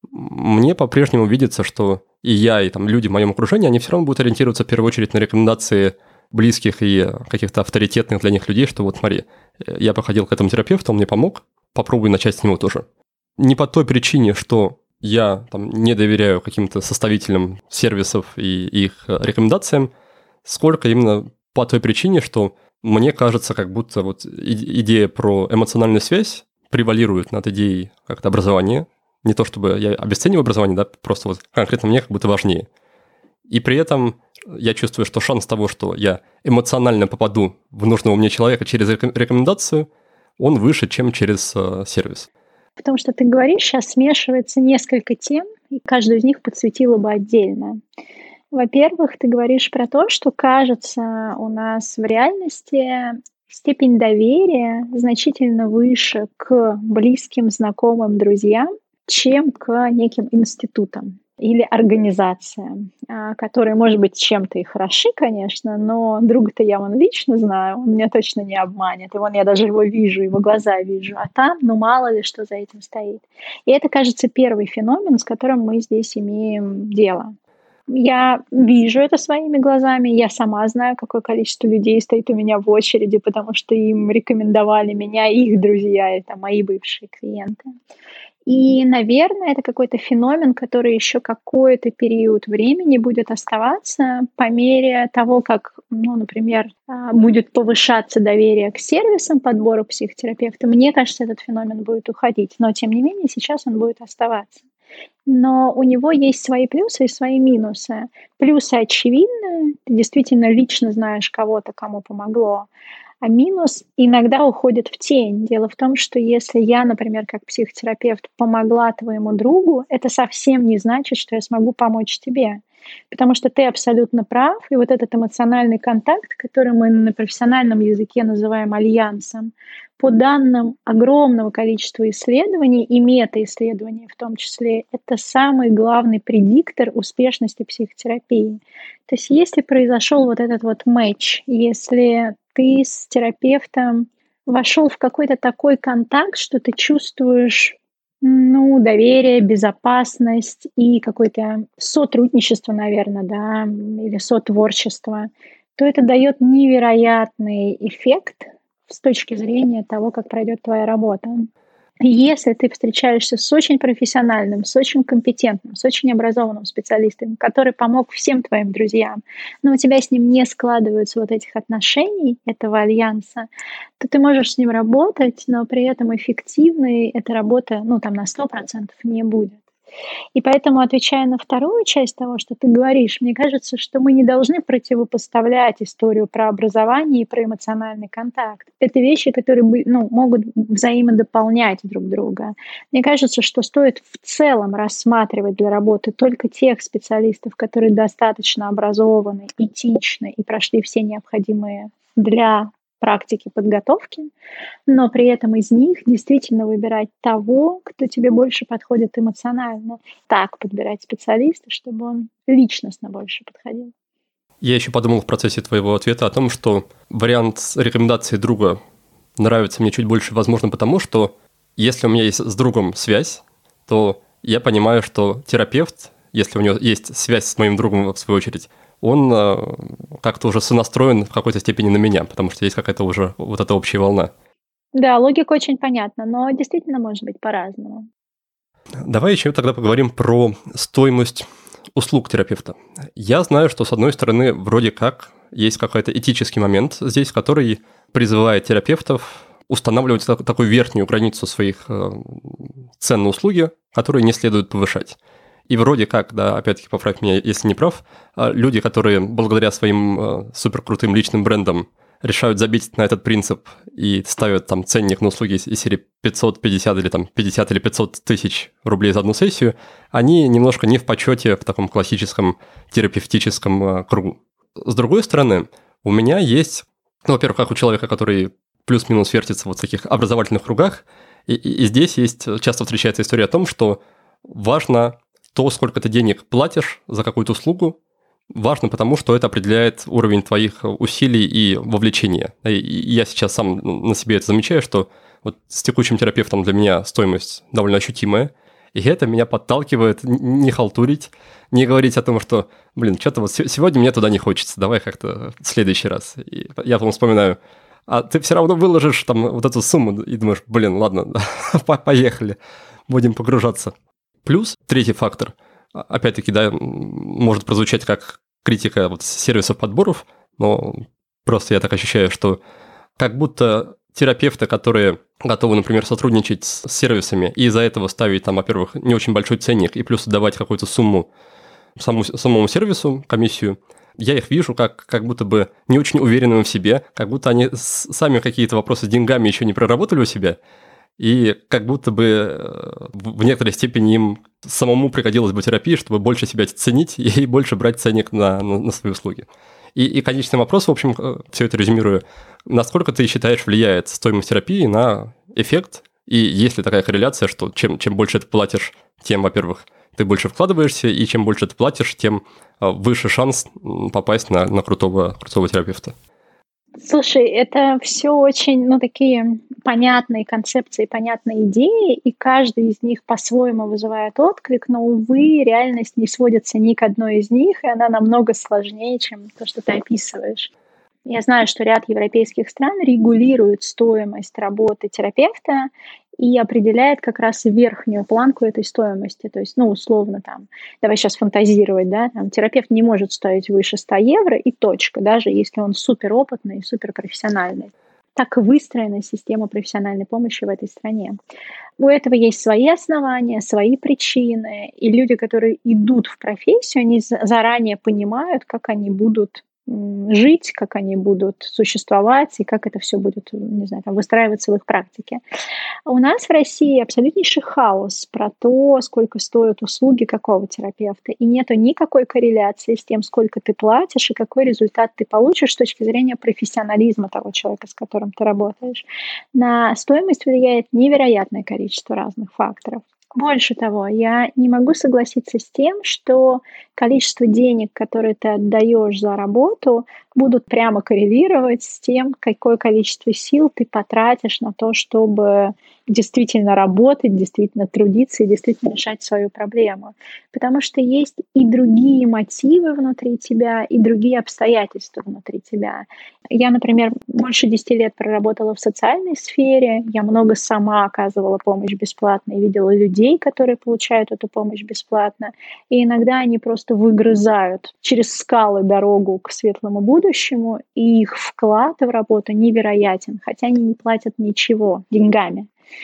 мне по-прежнему видится, что и я, и там люди в моем окружении, они все равно будут ориентироваться в первую очередь на рекомендации близких и каких-то авторитетных для них людей, что вот смотри, я походил к этому терапевту, он мне помог, попробуй начать с него тоже. Не по той причине, что я там не доверяю каким-то составителям сервисов и их рекомендациям, сколько именно по той причине, что мне кажется, как будто вот идея про эмоциональную связь превалирует над идеей как-то образования. Не то чтобы я обесцениваю образование, да, просто вот конкретно мне как будто важнее. И при этом я чувствую, что шанс того, что я эмоционально попаду в нужного мне человека через рекомендацию, он выше, чем через э, сервис. Потому что ты говоришь, сейчас смешивается несколько тем, и каждую из них подсветила бы отдельно. Во-первых, ты говоришь про то, что, кажется, у нас в реальности степень доверия значительно выше к близким, знакомым, друзьям, чем к неким институтам или организациям, а, которые, может быть, чем-то и хороши, конечно, но друга-то я вон лично знаю, он меня точно не обманет. И вон я даже его вижу, его глаза вижу. А там, ну, мало ли что за этим стоит. И это, кажется, первый феномен, с которым мы здесь имеем дело. Я вижу это своими глазами, я сама знаю, какое количество людей стоит у меня в очереди, потому что им рекомендовали меня их друзья, это мои бывшие клиенты. И, наверное, это какой-то феномен, который еще какой-то период времени будет оставаться по мере того, как, ну, например, будет повышаться доверие к сервисам подбора психотерапевта. Мне кажется, этот феномен будет уходить, но, тем не менее, сейчас он будет оставаться. Но у него есть свои плюсы и свои минусы. Плюсы очевидны, ты действительно лично знаешь кого-то, кому помогло. А минус иногда уходит в тень. Дело в том, что если я, например, как психотерапевт помогла твоему другу, это совсем не значит, что я смогу помочь тебе. Потому что ты абсолютно прав, и вот этот эмоциональный контакт, который мы на профессиональном языке называем альянсом, по данным огромного количества исследований и мета-исследований в том числе, это самый главный предиктор успешности психотерапии. То есть если произошел вот этот вот матч, если ты с терапевтом вошел в какой-то такой контакт, что ты чувствуешь, ну, доверие, безопасность и какое-то сотрудничество, наверное, да, или сотворчество, то это дает невероятный эффект с точки зрения того, как пройдет твоя работа. Если ты встречаешься с очень профессиональным, с очень компетентным, с очень образованным специалистом, который помог всем твоим друзьям, но у тебя с ним не складываются вот этих отношений, этого альянса, то ты можешь с ним работать, но при этом эффективной эта работа, ну, там, на сто процентов не будет. И поэтому, отвечая на вторую часть того, что ты говоришь, мне кажется, что мы не должны противопоставлять историю про образование и про эмоциональный контакт. Это вещи, которые, ну, могут взаимодополнять друг друга. Мне кажется, что стоит в целом рассматривать для работы только тех специалистов, которые достаточно образованы, этичны и прошли все необходимые для практики подготовки, но при этом из них действительно выбирать того, кто тебе больше подходит эмоционально. Так подбирать специалиста, чтобы он личностно больше подходил. Я еще подумал в процессе твоего ответа о том, что вариант с рекомендацией друга нравится мне чуть больше, возможно, потому что если у меня есть с другом связь, то я понимаю, что терапевт, если у него есть связь с моим другом, в свою очередь, он как-то уже сонастроен в какой-то степени на меня, потому что есть какая-то уже вот эта общая волна. Да, логика очень понятна, но действительно может быть по-разному. Давай еще тогда поговорим про стоимость услуг терапевта. Я знаю, что, с одной стороны, вроде как есть какой-то этический момент здесь, который призывает терапевтов устанавливать такую верхнюю границу своих цен на услуги, которые не следует повышать. И вроде как, да, опять-таки, поправь меня, если не прав, люди, которые благодаря своим суперкрутым личным брендам решают забить на этот принцип и ставят там ценник на услуги из серии пятьсот пятьдесят или там пятьдесят или пятьсот тысяч рублей за одну сессию, они немножко не в почете в таком классическом терапевтическом кругу. С другой стороны, у меня есть, ну, во-первых, как у человека, который плюс-минус вертится вот в таких образовательных кругах, и, и, и здесь есть, часто встречается история о том, что важно то, сколько ты денег платишь за какую-то услугу, важно потому, что это определяет уровень твоих усилий и вовлечения. И я сейчас сам на себе это замечаю, что вот с текущим терапевтом для меня стоимость довольно ощутимая, и это меня подталкивает не халтурить, не говорить о том, что, блин, что-то вот сегодня мне туда не хочется, давай как-то в следующий раз. И я потом вспоминаю, а ты все равно выложишь там вот эту сумму и думаешь, блин, ладно, поехали, будем погружаться. Плюс третий фактор, опять-таки, да, может прозвучать как критика вот сервисов подборов, но просто я так ощущаю, что как будто терапевты, которые готовы, например, сотрудничать с сервисами и из-за этого ставить там, во-первых, не очень большой ценник и плюс давать какую-то сумму саму, самому сервису, комиссию, я их вижу как, как будто бы не очень уверенными в себе, как будто они сами какие-то вопросы с деньгами еще не проработали у себя. и как будто бы э, в некоторой степени им самому пригодилась бы терапия, чтобы больше себя ценить и больше брать ценник на, на, на свои услуги. И, и конечный вопрос, в общем, все это резюмирую, насколько ты считаешь влияет стоимость терапии на эффект, и есть ли такая корреляция, что чем, чем больше ты платишь, тем, во-первых, ты больше вкладываешься, и чем больше ты платишь, тем выше шанс попасть на, на крутого, крутого терапевта? Слушай, это все очень, ну, такие понятные концепции, понятные идеи, и каждый из них по-своему вызывает отклик, но, увы, реальность не сводится ни к одной из них, и она намного сложнее, чем то, что ты описываешь. Я знаю, что ряд европейских стран регулирует стоимость работы терапевта и определяет как раз верхнюю планку этой стоимости. То есть, ну, условно, там, давай сейчас фантазировать, да, там, терапевт не может стоить выше ста евро и точка, даже если он суперопытный и суперпрофессиональный. Так выстроена система профессиональной помощи в этой стране. У этого есть свои основания, свои причины, и люди, которые идут в профессию, они заранее понимают, как они будут жить, как они будут существовать и как это все будет, не знаю, там, выстраиваться в их практике. У нас в России абсолютнейший хаос про то, сколько стоят услуги какого терапевта, и нету никакой корреляции с тем, сколько ты платишь и какой результат ты получишь с точки зрения профессионализма того человека, с которым ты работаешь. На стоимость влияет невероятное количество разных факторов. Больше того, я не могу согласиться с тем, что количество денег, которые ты отдаешь за работу, будут прямо коррелировать с тем, какое количество сил ты потратишь на то, чтобы действительно работать, действительно трудиться и действительно решать свою проблему. Потому что есть и другие мотивы внутри тебя, и другие обстоятельства внутри тебя. Я, например, больше десяти лет проработала в социальной сфере, я много сама оказывала помощь бесплатно и видела людей, которые получают эту помощь бесплатно, и иногда они просто выгрызают через скалы дорогу к светлому будущему, и их вклад в работу невероятен, хотя они не платят ничего деньгами.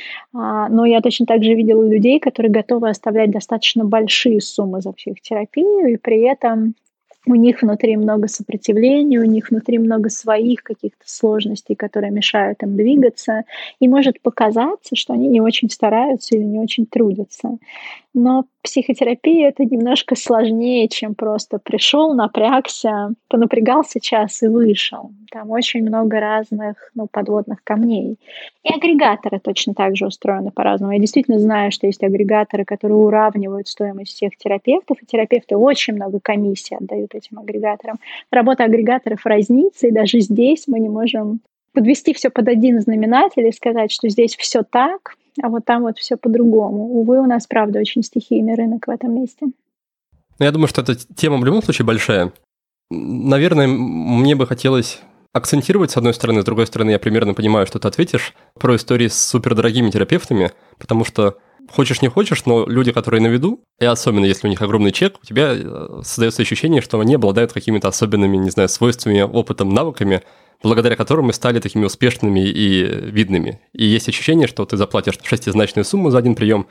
Но я точно так же видела людей, которые готовы оставлять достаточно большие суммы за психотерапию, и при этом у них внутри много сопротивления, у них внутри много своих каких-то сложностей, которые мешают им двигаться, и может показаться, что они не очень стараются или не очень трудятся. Но психотерапия — это немножко сложнее, чем просто пришел, напрягся, понапрягался час и вышел. Там очень много разных, ну, подводных камней. И агрегаторы точно так же устроены по-разному. Я действительно знаю, что есть агрегаторы, которые уравнивают стоимость всех терапевтов, и терапевты очень много комиссий отдают этим агрегаторам. Работа агрегаторов разнится, и даже здесь мы не можем подвести все под один знаменатель и сказать, что здесь все так, а вот там вот все по-другому. Увы, у нас, правда, очень стихийный рынок в этом месте. Я думаю, что эта тема в любом случае большая. Наверное, мне бы хотелось акцентировать, с одной стороны, с другой стороны, я примерно понимаю, что ты ответишь, про истории с супердорогими терапевтами, потому что хочешь не хочешь, но люди, которые на виду, и особенно если у них огромный чек, у тебя создается ощущение, что они обладают какими-то особенными, не знаю, свойствами, опытом, навыками, благодаря которым мы стали такими успешными и видными. И есть ощущение, что ты заплатишь шестизначную сумму за один прием,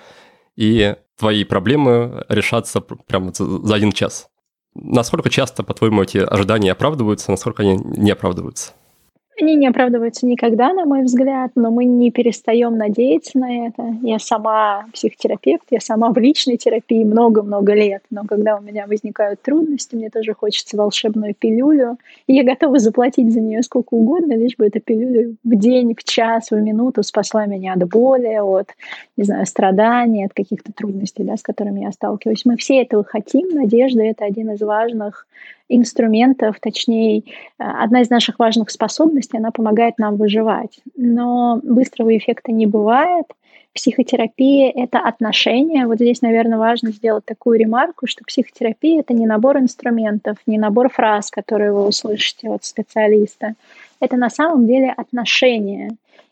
и твои проблемы решатся прямо за один час. Насколько часто, по-твоему, эти ожидания оправдываются, насколько они не оправдываются? Они не оправдываются никогда, на мой взгляд, но мы не перестаем надеяться на это. Я сама психотерапевт, я сама в личной терапии много-много лет, но когда у меня возникают трудности, мне тоже хочется волшебную пилюлю, и я готова заплатить за нее сколько угодно, лишь бы эта пилюля в день, в час, в минуту спасла меня от боли, от, не знаю, страданий, от каких-то трудностей, да, с которыми я сталкиваюсь. Мы все этого хотим, надежда — это один из важных инструментов, точнее, одна из наших важных способностей, она помогает нам выживать. Но быстрого эффекта не бывает. Психотерапия — это отношения. Вот здесь, наверное, важно сделать такую ремарку, что психотерапия — это не набор инструментов, не набор фраз, которые вы услышите от специалиста. Это на самом деле отношения.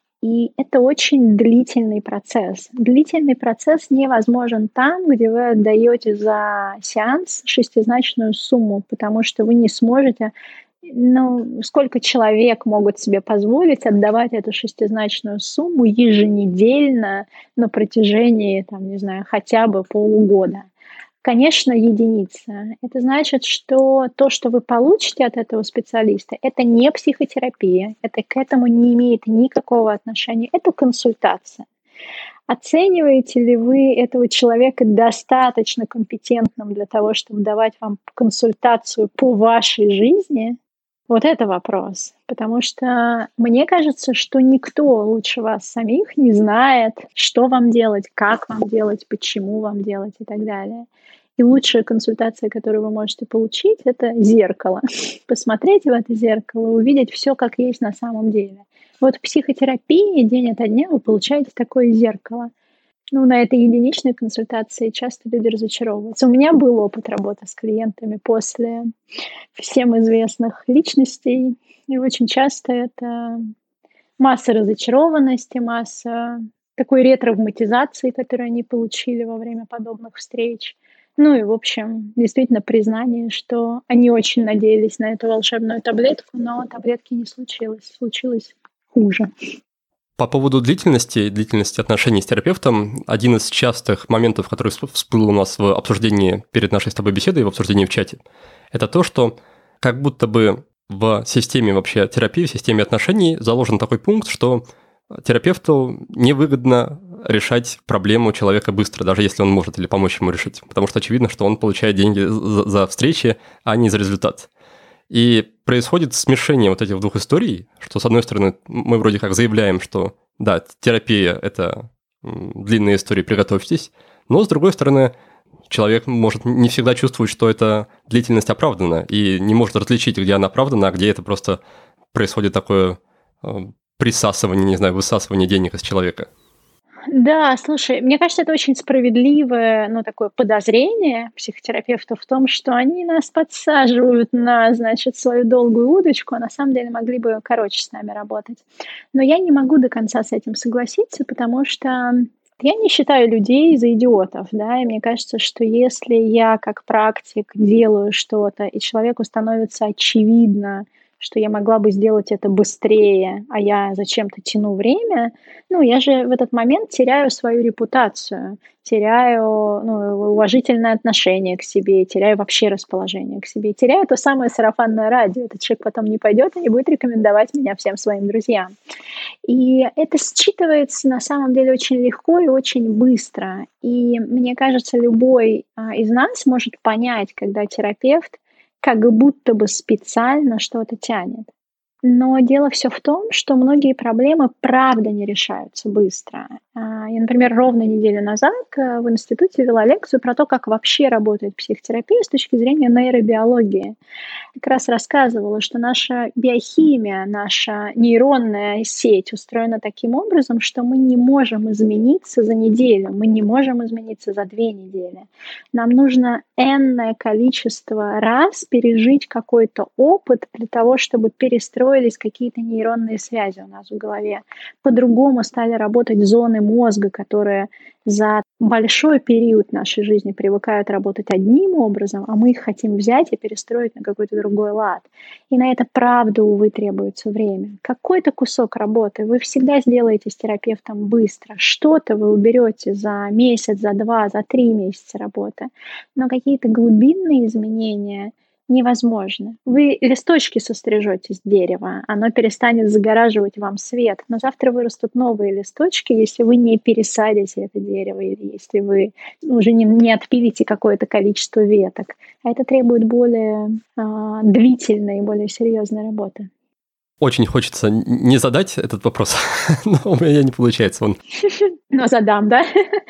И это очень длительный процесс. Длительный процесс невозможен там, где вы отдаете за сеанс шестизначную сумму, потому что вы не сможете... Ну, сколько человек могут себе позволить отдавать эту шестизначную сумму еженедельно на протяжении, там, не знаю, хотя бы полугода? Конечно, единица. Это значит, что то, что вы получите от этого специалиста, это не психотерапия, это к этому не имеет никакого отношения, это консультация. Оцениваете ли вы этого человека достаточно компетентным для того, чтобы давать вам консультацию по вашей жизни? Вот это вопрос. Потому что мне кажется, что никто лучше вас самих не знает, что вам делать, как вам делать, почему вам делать и так далее. И лучшая консультация, которую вы можете получить, это зеркало. Посмотреть в это зеркало, увидеть все, как есть на самом деле. Вот в психотерапии день ото дня вы получаете такое зеркало. Ну, на этой единичной консультации часто люди разочаровываются. У меня был опыт работы с клиентами после всем известных личностей, и очень часто это масса разочарованности, масса такой ретравматизации, которую они получили во время подобных встреч. Ну и, в общем, действительно признание, что они очень надеялись на эту волшебную таблетку, но таблетки не случилось. Случилось хуже. По поводу длительности, длительности отношений с терапевтом, один из частых моментов, который всплыл у нас в обсуждении перед нашей с тобой беседой, в обсуждении в чате, это то, что как будто бы в системе вообще терапии, в системе отношений заложен такой пункт, что терапевту невыгодно решать проблему человека быстро, даже если он может или помочь ему решить, потому что очевидно, что он получает деньги за, за встречи, а не за результат. И происходит смешение вот этих двух историй, что, с одной стороны, мы вроде как заявляем, что, да, терапия – это длинная история, приготовьтесь, но, с другой стороны, человек может не всегда чувствовать, что эта длительность оправдана, и не может различить, где она оправдана, а где это просто происходит такое присасывание, не знаю, высасывание денег из человека. Да, слушай, мне кажется, это очень справедливое, ну, такое подозрение психотерапевтов в том, что они нас подсаживают на, значит, свою долгую удочку, а на самом деле могли бы короче с нами работать. Но я не могу до конца с этим согласиться, потому что я не считаю людей за идиотов, да, и мне кажется, что если я как практик делаю что-то, и человеку становится очевидно, что я могла бы сделать это быстрее, а я зачем-то тяну время, ну, я же в этот момент теряю свою репутацию, теряю ну, уважительное отношение к себе, теряю вообще расположение к себе, теряю то самое сарафанное радио. Этот человек потом не пойдет и не будет рекомендовать меня всем своим друзьям. И это считывается на самом деле очень легко и очень быстро. И мне кажется, любой а, из нас может понять, когда терапевт как будто бы специально что-то тянет. Но дело все в том, что многие проблемы правда не решаются быстро. Я, например, ровно неделю назад в институте вела лекцию про то, как вообще работает психотерапия с точки зрения нейробиологии. Как раз рассказывала, что наша биохимия, наша нейронная сеть устроена таким образом, что мы не можем измениться за неделю, мы не можем измениться за две недели. Нам нужно энное количество раз пережить какой-то опыт для того, чтобы перестроились какие-то нейронные связи у нас в голове. По-другому стали работать зоны мозга, которые за большой период нашей жизни привыкают работать одним образом, а мы их хотим взять и перестроить на какой-то другой лад. И на это, правда, увы, требуется время. Какой-то кусок работы вы всегда сделаете с терапевтом быстро. Что-то вы уберете за месяц, за два, за три месяца работы. Но какие-то глубинные изменения невозможно. Вы листочки сострижете с дерева, оно перестанет загораживать вам свет, но завтра вырастут новые листочки, если вы не пересадите это дерево, или если вы уже не, не отпилите какое-то количество веток. А это требует более э, длительной и более серьезной работы. Очень хочется не задать этот вопрос, но у меня не получается. Он... Но задам, да?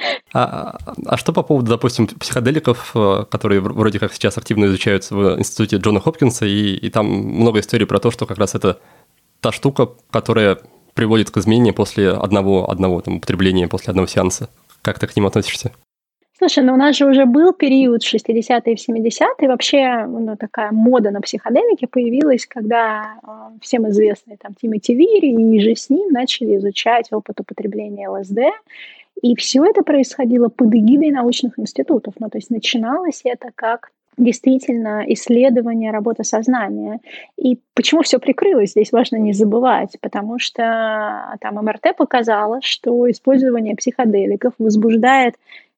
А, а что по поводу, допустим, психоделиков, которые вроде как сейчас активно изучаются в институте Джона Хопкинса, и, и там много историй про то, что как раз это та штука, которая приводит к изменению после одного, одного там, употребления, после одного сеанса. Как ты к ним относишься? Слушай, ну у нас же уже был период в шестидесятые и в семидесятые. Вообще ну, такая мода на психоделики появилась, когда э, всем известные там Тимоти Лири и же с ним начали изучать опыт употребления ЛСД. И все это происходило под эгидой научных институтов. Ну, то есть начиналось это как действительно исследование работы сознания. И почему все прикрылось, здесь важно не забывать, потому что там эм эр тэ показало, что использование психоделиков возбуждает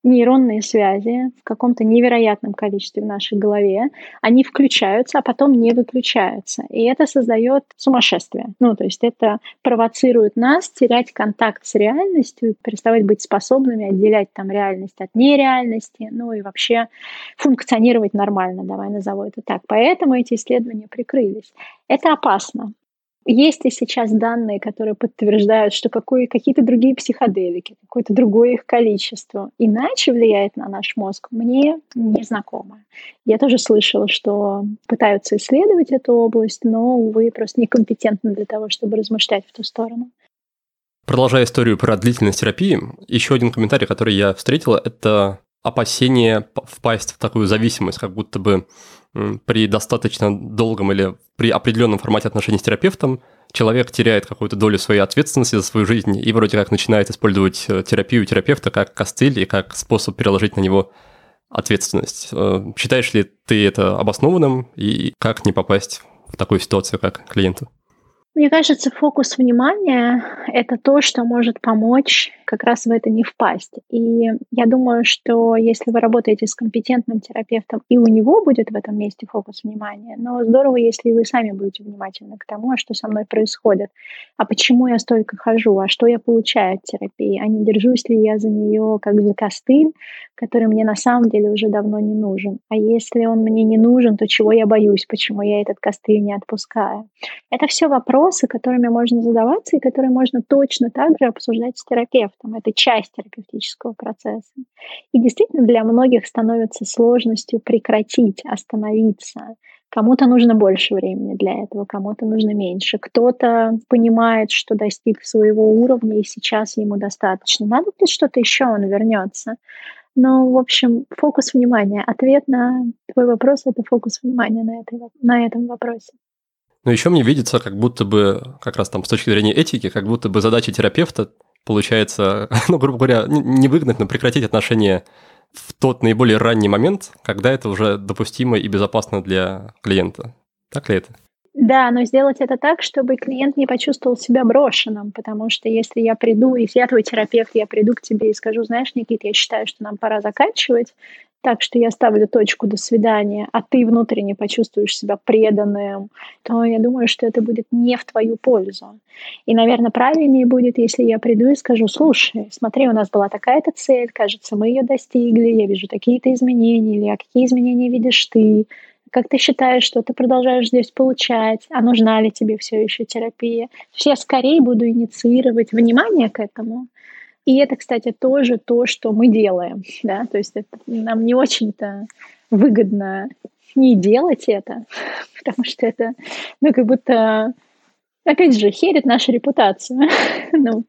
нейронные связи в каком-то невероятном количестве в нашей голове, они включаются, а потом не выключаются. И это создает сумасшествие. Ну, то есть это провоцирует нас терять контакт с реальностью, переставать быть способными отделять там реальность от нереальности, ну и вообще функционировать нормально, давай назову это так. Поэтому эти исследования прикрылись. Это опасно. Есть ли сейчас данные, которые подтверждают, что какое, какие-то другие психоделики, какое-то другое их количество иначе влияет на наш мозг, мне не знакомо. Я тоже слышала, что пытаются исследовать эту область, но, увы, просто некомпетентны для того, чтобы размышлять в ту сторону. Продолжая историю про длительность терапии, еще один комментарий, который я встретила, это опасение впасть в такую зависимость, как будто бы при достаточно долгом или при определенном формате отношений с терапевтом человек теряет какую-то долю своей ответственности за свою жизнь и вроде как начинает использовать терапию терапевта как костыль и как способ переложить на него ответственность. Считаешь ли ты это обоснованным и как не попасть в такую ситуацию, как клиенту? Мне кажется, фокус внимания — это то, что может помочь как раз в это не впасть. И я думаю, что если вы работаете с компетентным терапевтом, и у него будет в этом месте фокус внимания, но здорово, если вы сами будете внимательны к тому, а что со мной происходит, а почему я столько хожу, а что я получаю от терапии, а не держусь ли я за нее как за костыль, который мне на самом деле уже давно не нужен. А если он мне не нужен, то чего я боюсь, почему я этот костыль не отпускаю? Это все вопросы, которыми можно задаваться и которые можно точно так же обсуждать с терапевтом. Это часть терапевтического процесса. И действительно для многих становится сложностью прекратить, остановиться. Кому-то нужно больше времени для этого, кому-то нужно меньше. Кто-то понимает, что достиг своего уровня, и сейчас ему достаточно. Надо ли что-то еще, он вернется. Но, в общем, фокус внимания. Ответ на твой вопрос — это фокус внимания на, этой, на этом вопросе. Но еще мне видится, как будто бы, как раз там с точки зрения этики, как будто бы задача терапевта получается, ну, грубо говоря, не выгнать, но прекратить отношения в тот наиболее ранний момент, когда это уже допустимо и безопасно для клиента. Так ли это? Да, но сделать это так, чтобы клиент не почувствовал себя брошенным, потому что если я приду, если я твой терапевт, я приду к тебе и скажу: знаешь, Никит, я считаю, что нам пора заканчивать, так что я ставлю точку, до свидания, а ты внутренне почувствуешь себя преданным, то я думаю, что это будет не в твою пользу. И, наверное, правильнее будет, если я приду и скажу: слушай, смотри, у нас была такая-то цель, кажется, мы ее достигли, я вижу такие-то изменения, или а какие изменения видишь ты, как ты считаешь, что ты продолжаешь здесь получать, а нужна ли тебе все еще терапия. Я скорее буду инициировать внимание к этому. И это, кстати, тоже то, что мы делаем. Да? То есть это, нам не очень-то выгодно не делать это, потому что это, ну, как будто, опять же, херит нашу репутацию. Ну,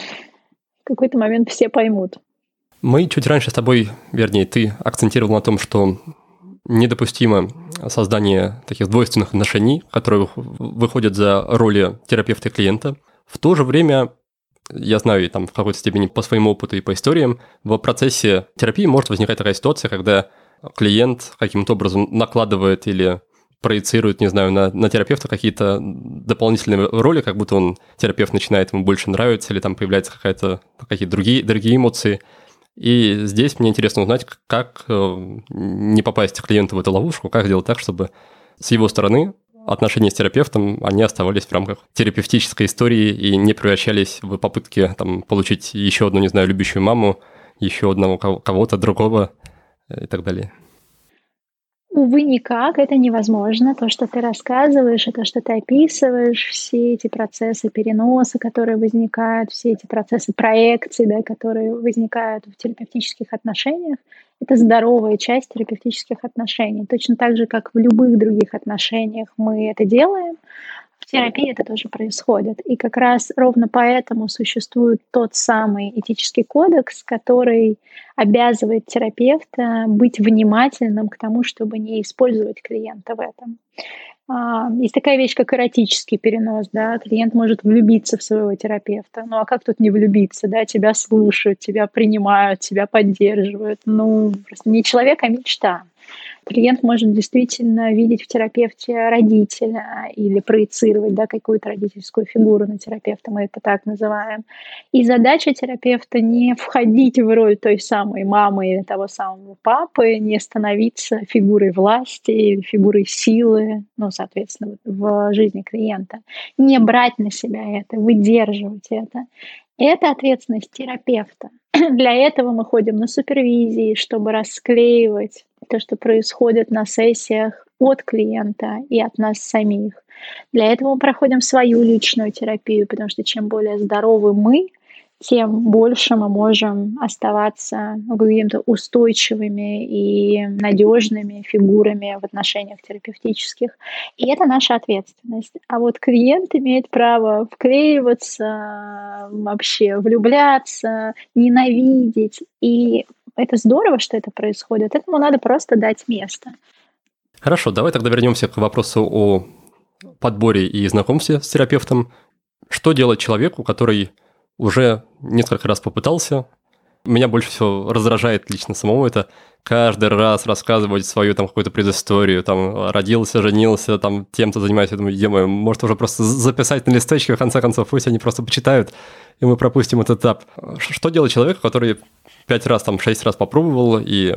в какой-то момент все поймут. Мы чуть раньше с тобой, вернее, ты акцентировал на том, что недопустимо создание таких двойственных отношений, которые выходят за роли терапевта и клиента. В то же время, я знаю, там в какой-то степени по своему опыту и по историям, в процессе терапии может возникать такая ситуация, когда клиент каким-то образом накладывает или проецирует, не знаю, на, на терапевта какие-то дополнительные роли, как будто он, терапевт, начинает ему больше нравиться, или там появляются какая-то, какие-то другие, другие эмоции. И здесь мне интересно узнать, как не попасть клиенту в эту ловушку, как сделать так, чтобы с его стороны отношения с терапевтом, они оставались в рамках терапевтической истории и не превращались в попытки там, получить еще одну, не знаю, любящую маму, еще одного кого-то другого и так далее. Увы, никак, это невозможно. То, что ты рассказываешь, и то, что ты описываешь, все эти процессы переноса, которые возникают, все эти процессы проекций, да, которые возникают в терапевтических отношениях, это здоровая часть терапевтических отношений. Точно так же, как в любых других отношениях мы это делаем, в терапии это тоже происходит. И как раз ровно поэтому существует тот самый этический кодекс, который обязывает терапевта быть внимательным к тому, чтобы не использовать клиента в этом. А, есть такая вещь, как эротический перенос, да. Клиент может влюбиться в своего терапевта. Ну, а как тут не влюбиться, да? Тебя слушают, тебя принимают, тебя поддерживают. Ну, просто не человек, а мечта. Клиент может действительно видеть в терапевте родителя или проецировать, да, какую-то родительскую фигуру на терапевта, мы это так называем. И задача терапевта не входить в роль той самой мамы или того самого папы, не становиться фигурой власти или фигурой силы, ну, соответственно, в жизни клиента. Не брать на себя это, выдерживать это. Это ответственность терапевта. Для этого мы ходим на супервизии, чтобы расклеивать то, что происходит на сессиях от клиента и от нас самих. Для этого мы проходим свою личную терапию, потому что чем более здоровы мы, тем больше мы можем оставаться какими-то устойчивыми и надежными фигурами в отношениях терапевтических. И это наша ответственность. А вот клиент имеет право вклеиваться, вообще влюбляться, ненавидеть. И это здорово, что это происходит. Этому надо просто дать место. Хорошо, давай тогда вернемся к вопросу о подборе и знакомстве с терапевтом. Что делать человеку, который уже несколько раз попытался? Меня больше всего раздражает лично самого это каждый раз рассказывать свою там какую-то предысторию, там родился, женился, там тем-то занимаюсь, я думаю, е-мое, может уже просто записать на листочке, в конце концов, пусть они просто почитают, и мы пропустим этот этап. Что делать человеку, который пять раз, там, шесть раз попробовал и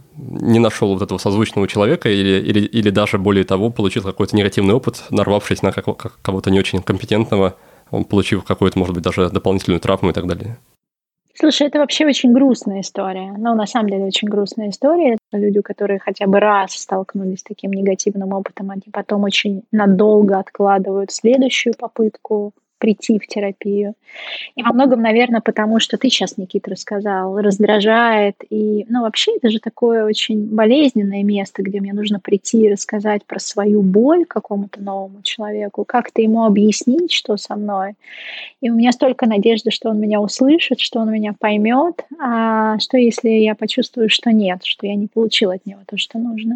не нашел вот этого созвучного человека или, или, или даже более того, получил какой-то негативный опыт, нарвавшись на как- как- кого-то не очень компетентного, получив какую-то, может быть, даже дополнительную травму и так далее? Слушай, это вообще очень грустная история. Ну, на самом деле, очень грустная история. Люди, которые хотя бы раз столкнулись с таким негативным опытом, они потом очень надолго откладывают следующую попытку прийти в терапию. И во многом, наверное, потому что ты сейчас, Никита, рассказал, раздражает. И, ну, вообще, это же такое очень болезненное место, где мне нужно прийти и рассказать про свою боль какому-то новому человеку, как-то ему объяснить, что со мной. И у меня столько надежды, что он меня услышит, что он меня поймет. А что, если я почувствую, что нет, что я не получила от него то, что нужно?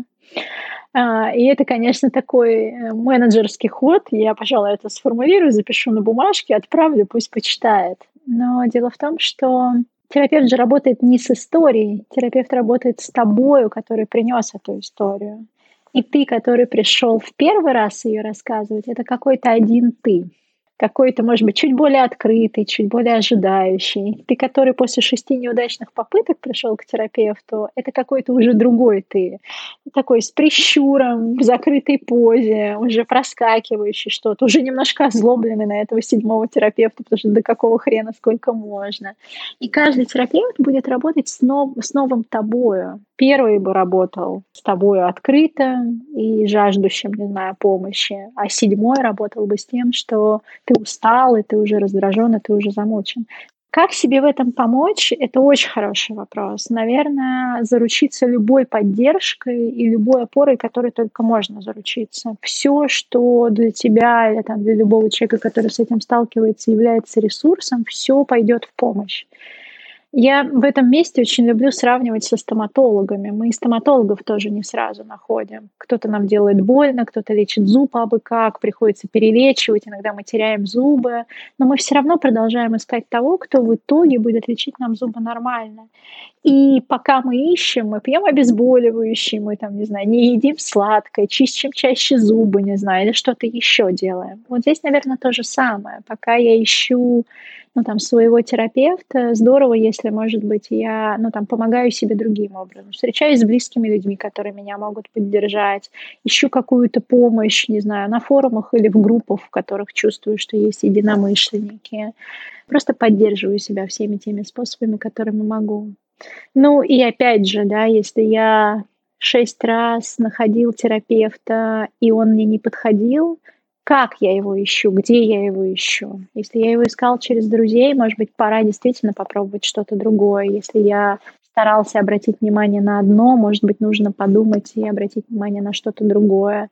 И это, конечно, такой менеджерский ход. Я, пожалуй, это сформулирую, запишу на бумажке, отправлю, пусть почитает. Но дело в том, что терапевт же работает не с историей, терапевт работает с тобою, который принес эту историю. И ты, который пришел в первый раз ее рассказывать, это какой-то один ты. Какой-то, может быть, чуть более открытый, чуть более ожидающий. Ты, который после шести неудачных попыток пришел к терапевту, это какой-то уже другой ты. Такой с прищуром, в закрытой позе, уже проскакивающий что-то, уже немножко озлобленный на этого седьмого терапевта, потому что до какого хрена сколько можно. И каждый терапевт будет работать с, нов- с новым тобою. Первый бы работал с тобою открыто и жаждущим, не знаю, помощи, а седьмой работал бы с тем, что ты устал, и ты уже раздражен, и ты уже замучен. Как себе в этом помочь? Это очень хороший вопрос. Наверное, заручиться любой поддержкой и любой опорой, которой только можно заручиться. Все, что для тебя или там, для любого человека, который с этим сталкивается, является ресурсом, все пойдет в помощь. Я в этом месте очень люблю сравнивать со стоматологами. Мы и стоматологов тоже не сразу находим. Кто-то нам делает больно, кто-то лечит зуб абы как, приходится перелечивать, иногда мы теряем зубы, но мы все равно продолжаем искать того, кто в итоге будет лечить нам зубы нормально. И пока мы ищем, мы пьем обезболивающие, мы там, не знаю, не едим сладкое, чистим чаще зубы, не знаю, или что-то еще делаем. Вот здесь, наверное, то же самое. Пока я ищу, ну, там, своего терапевта, здорово, если, может быть, я, ну, там, помогаю себе другим образом. Встречаюсь с близкими людьми, которые меня могут поддержать, ищу какую-то помощь, не знаю, на форумах или в группах, в которых чувствую, что есть единомышленники. Просто поддерживаю себя всеми теми способами, которыми могу. Ну и опять же, да, если я шесть раз находил терапевта, и он мне не подходил, как я его ищу, где я его ищу? Если я его искал через друзей, может быть, пора действительно попробовать что-то другое. Если я старался обратить внимание на одно, может быть, нужно подумать и обратить внимание на что-то другое.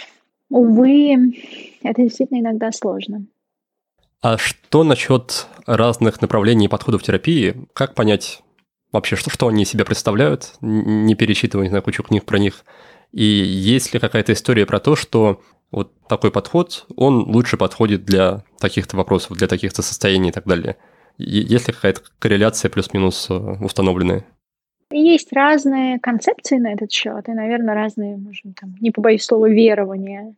Увы, это действительно иногда сложно. А что насчет разных направлений и подходов терапии? Как понять вообще, что, что они из себя представляют, не перечитывая, не знаю, кучу книг про них? И есть ли какая-то история про то, что вот такой подход, он лучше подходит для таких-то вопросов, для таких-то состояний и так далее. Есть ли какая-то корреляция плюс-минус установленная? Есть разные концепции на этот счет, и, наверное, разные, можно там, не побоюсь слова, верования.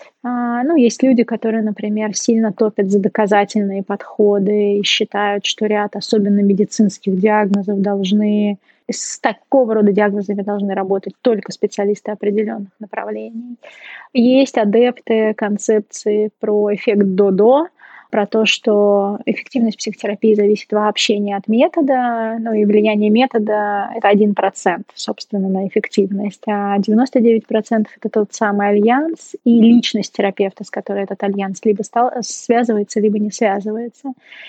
А, ну, есть люди, которые, например, сильно топят за доказательные подходы и считают, что ряд особенно медицинских диагнозов должны, с такого рода диагнозами должны работать только специалисты определенных направлений. Есть адепты концепции про эффект Додо, про то, что эффективность психотерапии зависит вообще не от метода, ну и влияние метода — это один процент, собственно, на эффективность, а девяносто девять процентов — это тот самый альянс и личность терапевта, с которой этот альянс либо стал, связывается, либо не связывается.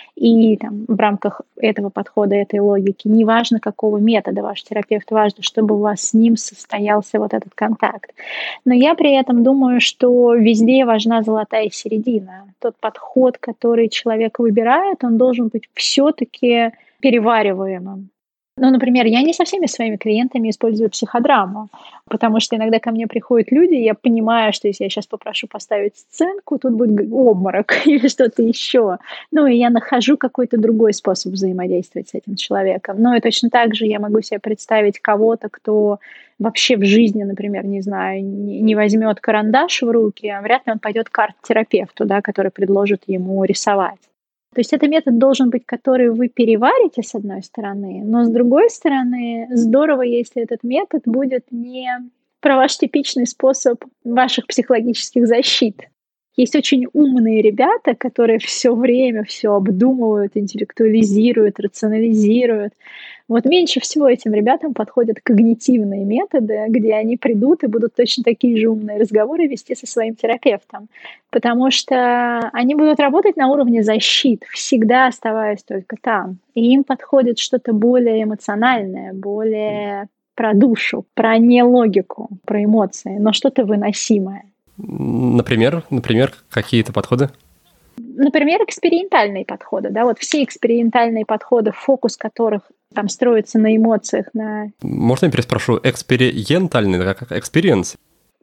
И там, в рамках этого подхода, этой логики, неважно, какого метода ваш терапевт, важно, чтобы у вас с ним состоялся вот этот контакт. Но я при этом думаю, что везде важна золотая середина. Тот подход, который человек выбирает, он должен быть все-таки перевариваемым. Ну, например, я не со всеми своими клиентами использую психодраму, потому что иногда ко мне приходят люди, и я понимаю, что если я сейчас попрошу поставить сценку, тут будет обморок или что-то еще. Ну, и я нахожу какой-то другой способ взаимодействовать с этим человеком. Ну, и точно так же я могу себе представить кого-то, кто вообще в жизни, например, не знаю, не возьмет карандаш в руки, а вряд ли он пойдет к арт-терапевту, да, который предложит ему рисовать. То есть это метод должен быть, который вы переварите, с одной стороны, но с другой стороны, здорово, если этот метод будет не про ваш типичный способ ваших психологических защит. Есть очень умные ребята, которые все время все обдумывают, интеллектуализируют, рационализируют. Вот меньше всего этим ребятам подходят когнитивные методы, где они придут и будут точно такие же умные разговоры вести со своим терапевтом. Потому что они будут работать на уровне защит, всегда оставаясь только там. И им подходит что-то более эмоциональное, более про душу, про не логику, про эмоции, но что-то выносимое. Например, например, какие-то подходы? Например, экспериментальные подходы. Да? Вот все экспериментальные подходы, фокус которых там строится на эмоциях. На... Можно я переспрошу? Экспериентальные, как experience?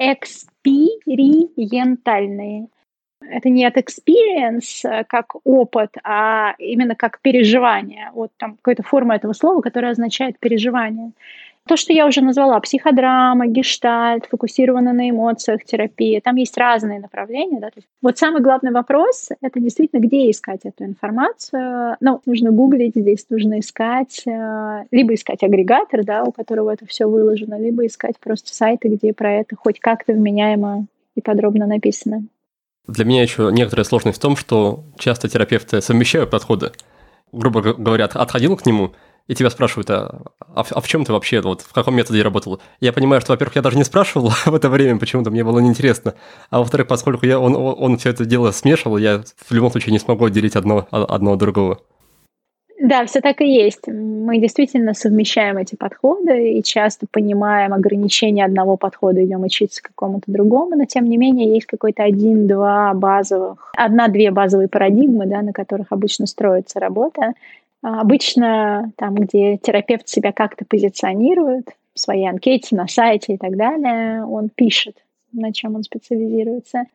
Экспериментальные. Это не от experience как опыт, а именно как переживание. Вот там какая-то форма этого слова, которая означает переживание. То, что я уже назвала, психодрама, гештальт, фокусирована на эмоциях терапия, там есть разные направления. Да? Вот самый главный вопрос — это действительно, где искать эту информацию. Ну, нужно гуглить, здесь нужно искать, либо искать агрегатор, да, у которого это все выложено, либо искать просто сайты, где про это хоть как-то вменяемо и подробно написано. Для меня еще некоторая сложность в том, что часто терапевты совмещают подходы. Грубо говоря, отходил к нему, и тебя спрашивают, а, а, в, а в чем ты вообще, вот, в каком методе работал? Я понимаю, что, во-первых, я даже не спрашивал в это время, почему-то мне было неинтересно, а во-вторых, поскольку я, он, он все это дело смешивал, я в любом случае не смогу отделить одно, одно от другого. Да, все так и есть. Мы действительно совмещаем эти подходы и часто понимаем ограничения одного подхода, идем учиться какому-то другому, но тем не менее есть какой-то один-два базовых, одна-две базовые парадигмы, да, на которых обычно строится работа. Обычно там, где терапевт себя как-то позиционирует, в своей анкете, на сайте и так далее, он пишет, на чем он специализируется.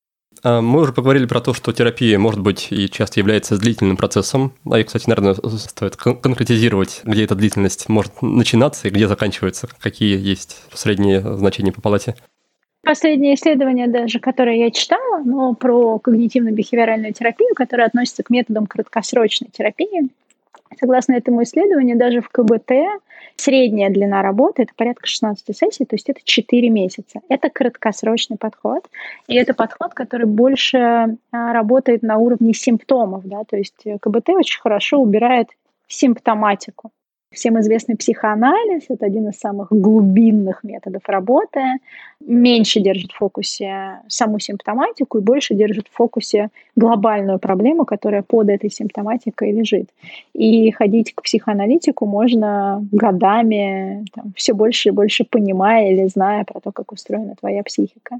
Мы уже поговорили про то, что терапия может быть и часто является длительным процессом. А и, кстати, наверное, стоит конкретизировать, где эта длительность может начинаться и где заканчивается, какие есть средние значения по палате. Последнее исследование даже, которое я читала, но про когнитивно-бихевиоральную терапию, которая относится к методам краткосрочной терапии. Согласно этому исследованию, даже в ка бэ тэ средняя длина работы — это порядка шестнадцать сессий, то есть это четыре месяца. Это краткосрочный подход, и это подход, который больше работает на уровне симптомов. Да? То есть ка бэ тэ очень хорошо убирает симптоматику. Всем известный психоанализ — это один из самых глубинных методов работы. Меньше держит в фокусе саму симптоматику и больше держит в фокусе глобальную проблему, которая под этой симптоматикой лежит. И ходить к психоаналитику можно годами, там, все больше и больше понимая или зная про то, как устроена твоя психика.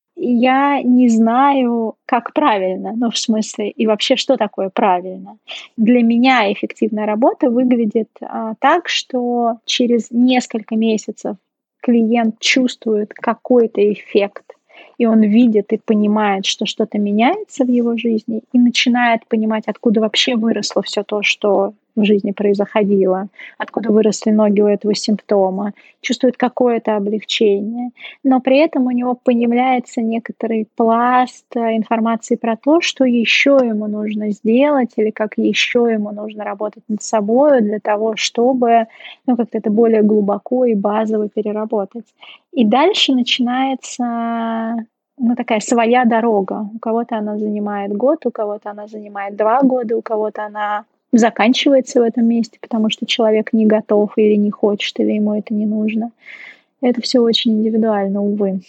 Я не знаю, как правильно, ну, в смысле, и вообще, что такое правильно. Для меня эффективная работа выглядит а, так, что через несколько месяцев клиент чувствует какой-то эффект и он видит и понимает, что что-то меняется в его жизни, и начинает понимать, откуда вообще выросло все то, что в жизни происходило, откуда выросли ноги у этого симптома, чувствует какое-то облегчение, но при этом у него появляется некоторый пласт информации про то, что еще ему нужно сделать или как еще ему нужно работать над собой для того, чтобы ну, как-то это более глубоко и базово переработать. И дальше начинается ну, такая своя дорога. У кого-то она занимает год, у кого-то она занимает два года, у кого-то она заканчивается в этом месте, потому что человек не готов или не хочет, или ему это не нужно. Это все очень индивидуально, увы.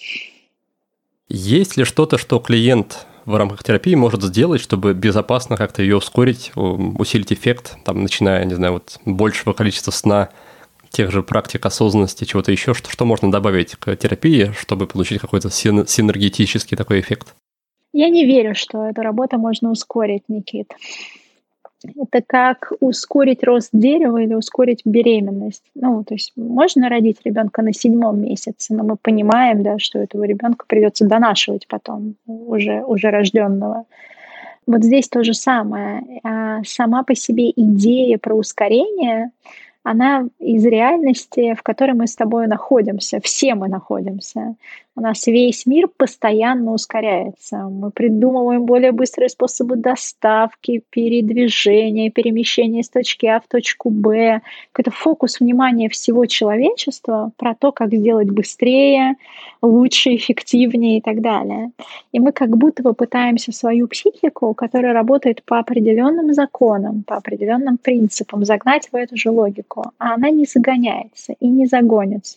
Есть ли что-то, что клиент в рамках терапии может сделать, чтобы безопасно как-то ее ускорить, усилить эффект, там, начиная, не знаю, вот большего количества сна, тех же практик осознанности, чего-то еще, что, что можно добавить к терапии, чтобы получить какой-то синергетический такой эффект? Я не верю, что эту работу можно ускорить, Никит. Это как ускорить рост дерева или ускорить беременность. Ну, то есть можно родить ребенка на седьмом месяце, но мы понимаем, да, что этого ребенка придется донашивать потом, уже, уже рожденного. Вот здесь то же самое. Сама по себе идея про ускорение, она из реальности, в которой мы с тобой находимся. Все мы находимся. У нас весь мир постоянно ускоряется. Мы придумываем более быстрые способы доставки, передвижения, перемещения из точки А в точку Б. Это фокус внимания всего человечества про то, как сделать быстрее, лучше, эффективнее и так далее. И мы как будто бы пытаемся свою психику, которая работает по определенным законам, по определенным принципам, загнать в эту же логику. А она не загоняется и не загонится.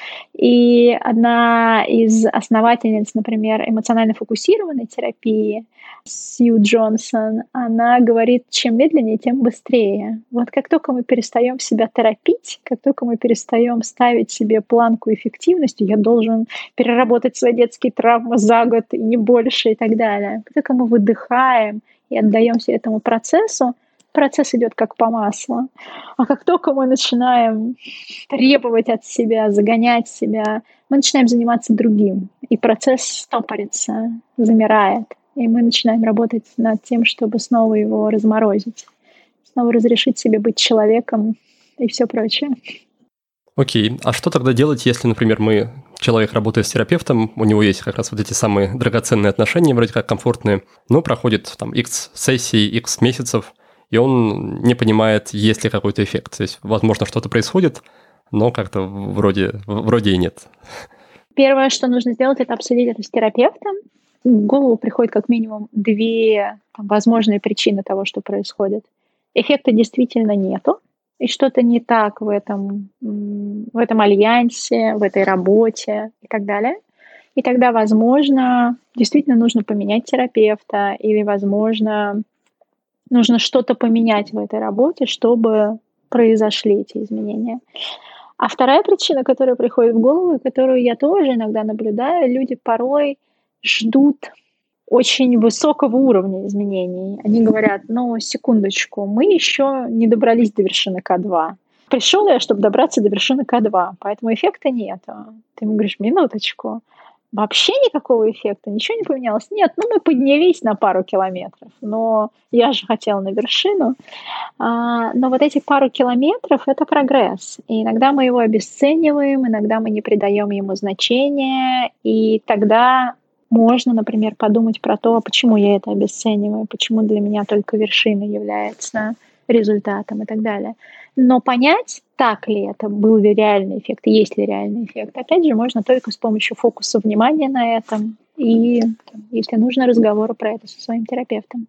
И одна из основательниц, например, эмоционально фокусированной терапии, Сью Джонсон, она говорит, чем медленнее, тем быстрее. Вот как только мы перестаем себя торопить, как только мы перестаем ставить себе планку эффективности, я должен переработать свои детские травмы за год и не больше и так далее. Как только мы выдыхаем и отдаемся этому процессу, процесс идет как по маслу. А как только мы начинаем требовать от себя, загонять себя, мы начинаем заниматься другим. И процесс стопорится, замирает. И мы начинаем работать над тем, чтобы снова его разморозить. Снова разрешить себе быть человеком и все прочее. Окей, а что тогда делать, если, например, мы, человек работает с терапевтом, у него есть как раз вот эти самые драгоценные отношения, вроде как комфортные, но проходит там X сессий, X месяцев, и он не понимает, есть ли какой-то эффект. То есть, возможно, что-то происходит, но как-то вроде, вроде и нет. Первое, что нужно сделать, это обсудить это с терапевтом. В голову приходит как минимум две там, возможные причины того, что происходит. Эффекта действительно нету, и что-то не так в этом, в этом альянсе, в этой работе и так далее. И тогда, возможно, действительно нужно поменять терапевта, или, возможно, нужно что-то поменять в этой работе, чтобы произошли эти изменения. А вторая причина, которая приходит в голову, и которую я тоже иногда наблюдаю, люди порой ждут очень высокого уровня изменений. Они говорят, ну, секундочку, мы еще не добрались до вершины К два. Пришел я, чтобы добраться до вершины К два, поэтому эффекта нет. Ты ему говоришь, минуточку, вообще никакого эффекта, ничего не поменялось? Нет, ну мы поднялись на пару километров, но я же хотела на вершину. А, но вот эти пару километров – это прогресс. И иногда мы его обесцениваем, иногда мы не придаем ему значения, и тогда можно, например, подумать про то, почему я это обесцениваю, почему для меня только вершина является результатом и так далее. Но понять, так ли это, был ли реальный эффект, есть ли реальный эффект, опять же, можно только с помощью фокуса внимания на этом и, если нужно, разговора про это со своим терапевтом.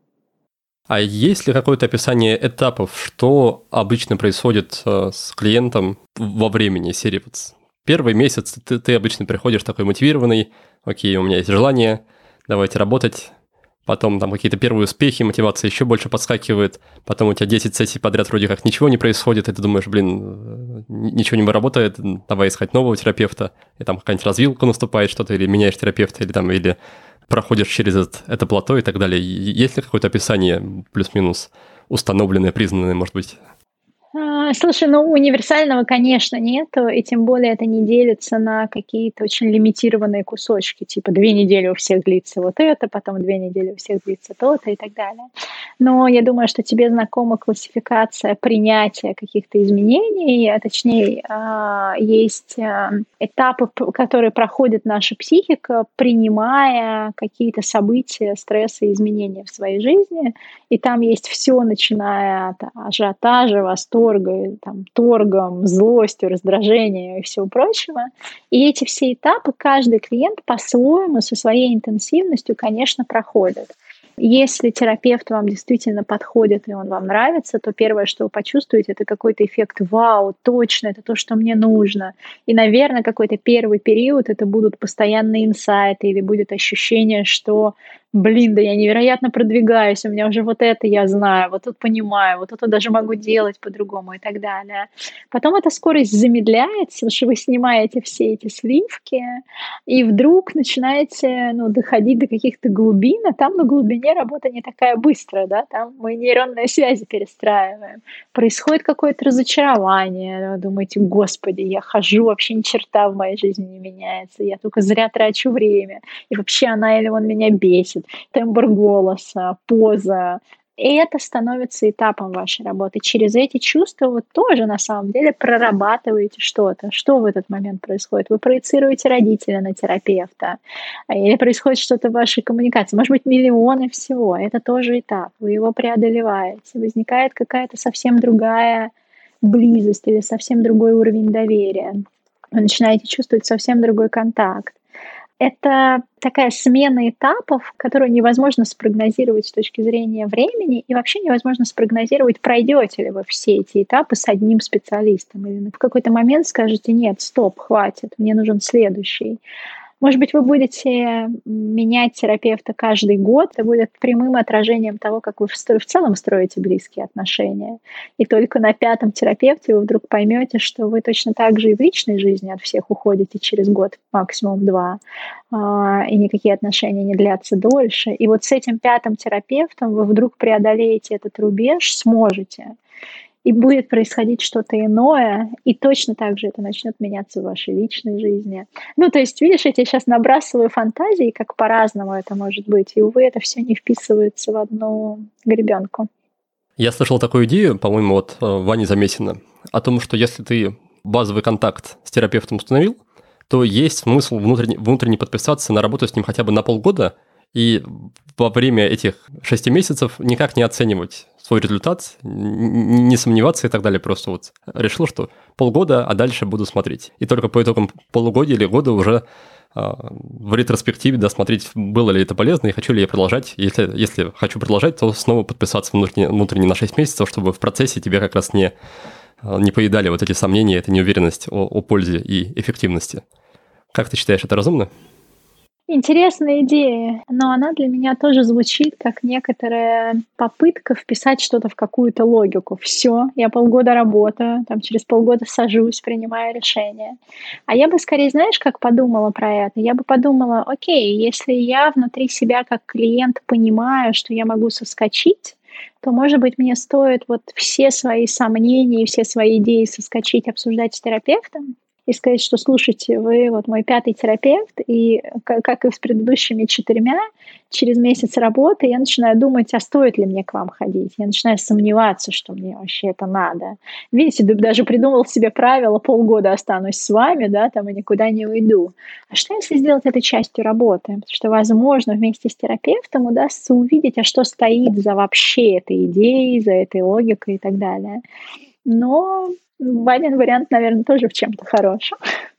А есть ли какое-то описание этапов, что обычно происходит с клиентом во времени серии? Вот первый месяц ты, ты обычно приходишь такой мотивированный, окей, у меня есть желание, давайте работать. Потом там какие-то первые успехи, мотивация еще больше подскакивает, потом у тебя десять сессий подряд вроде как ничего не происходит, и ты думаешь, блин, ничего не работает, давай искать нового терапевта, и там какая-нибудь развилка наступает, что-то, или меняешь терапевта, или там, или проходишь через это, это плато и так далее. Есть ли какое-то описание плюс-минус установленное, признанное, может быть? А, слушай, ну, универсального, конечно, нету, и тем более это не делится на какие-то очень лимитированные кусочки, типа две недели у всех длится вот это, потом две недели у всех длится то-то и так далее. Но я думаю, что тебе знакома классификация принятия каких-то изменений, а точнее, а, есть а, этапы, п- которые проходит наша психика, принимая какие-то события, стрессы, изменения в своей жизни, и там есть все, начиная от ажиотажа, восторга, и, там, торгом, злостью, раздражением и всего прочего. И эти все этапы каждый клиент по-своему, со своей интенсивностью, конечно, проходит. Если терапевт вам действительно подходит и он вам нравится, то первое, что вы почувствуете, это какой-то эффект «Вау, точно, это то, что мне нужно». И, наверное, какой-то первый период это будут постоянные инсайты или будет ощущение, что блин, да я невероятно продвигаюсь, у меня уже вот это я знаю, вот тут понимаю, вот это даже могу делать по-другому и так далее. Потом эта скорость замедляется, потому что вы снимаете все эти сливки, и вдруг начинаете, ну, доходить до каких-то глубин, а там на глубине работа не такая быстрая, да, там мы нейронные связи перестраиваем. Происходит какое-то разочарование, вы думаете, господи, я хожу, вообще ни черта в моей жизни не меняется, я только зря трачу время, и вообще она или он меня бесит, тембр голоса, поза. И это становится этапом вашей работы. Через эти чувства вы тоже на самом деле прорабатываете что-то. Что в этот момент происходит? Вы проецируете родителя на терапевта. Или происходит что-то в вашей коммуникации. Может быть, миллионы всего. Это тоже этап. Вы его преодолеваете. Возникает какая-то совсем другая близость или совсем другой уровень доверия. Вы начинаете чувствовать совсем другой контакт. Это такая смена этапов, которую невозможно спрогнозировать с точки зрения времени, и вообще невозможно спрогнозировать, пройдете ли вы все эти этапы с одним специалистом. Или в какой-то момент скажете, нет, стоп, хватит, мне нужен следующий. Может быть, вы будете менять терапевта каждый год, это будет прямым отражением того, как вы в целом строите близкие отношения. И только на пятом терапевте вы вдруг поймете, что вы точно так же и в личной жизни от всех уходите через год, максимум два, и никакие отношения не длятся дольше. И вот с этим пятым терапевтом вы вдруг преодолеете этот рубеж, сможете. И будет происходить что-то иное, и точно так же это начнет меняться в вашей личной жизни. Ну, то есть, видишь, я тебе сейчас набрасываю фантазии, как по-разному это может быть, и, увы, это все не вписывается в одну гребенку. Я слышал такую идею, по-моему, от Вани Замесина, о том, что если ты базовый контакт с терапевтом установил, то есть смысл внутренне, внутренне подписаться на работу с ним хотя бы на полгода, и во время этих шести месяцев никак не оценивать свой результат, не сомневаться и так далее. Просто вот решил, что полгода, а дальше буду смотреть. И только по итогам полугодия или года уже а, в ретроспективе досмотреть, было ли это полезно и хочу ли я продолжать. Если, если хочу продолжать, то снова подписаться внутренне, внутренне на шесть месяцев, чтобы в процессе тебя как раз не, не поедали вот эти сомнения, эта неуверенность о, о пользе и эффективности. Как ты считаешь, это разумно? Интересная идея, но она для меня тоже звучит как некоторая попытка вписать что-то в какую-то логику. Все, я полгода работаю, там через полгода сажусь, принимаю решение. А я бы скорее, знаешь, как подумала про это? Я бы подумала, окей, если я внутри себя как клиент понимаю, что я могу соскочить, то, может быть, мне стоит вот все свои сомнения, все свои идеи соскочить, обсуждать с терапевтом, и сказать, что, слушайте, вы вот мой пятый терапевт, и как и с предыдущими четырьмя, через месяц работы я начинаю думать, а стоит ли мне к вам ходить. Я начинаю сомневаться, что мне вообще это надо. Видите, даже придумал себе правило, полгода останусь с вами, да, там и никуда не уйду. А что, если сделать это частью работы? Потому что, возможно, вместе с терапевтом удастся увидеть, а что стоит за вообще этой идеей, за этой логикой и так далее. Но Ванин вариант, наверное, тоже в чем-то хорошем.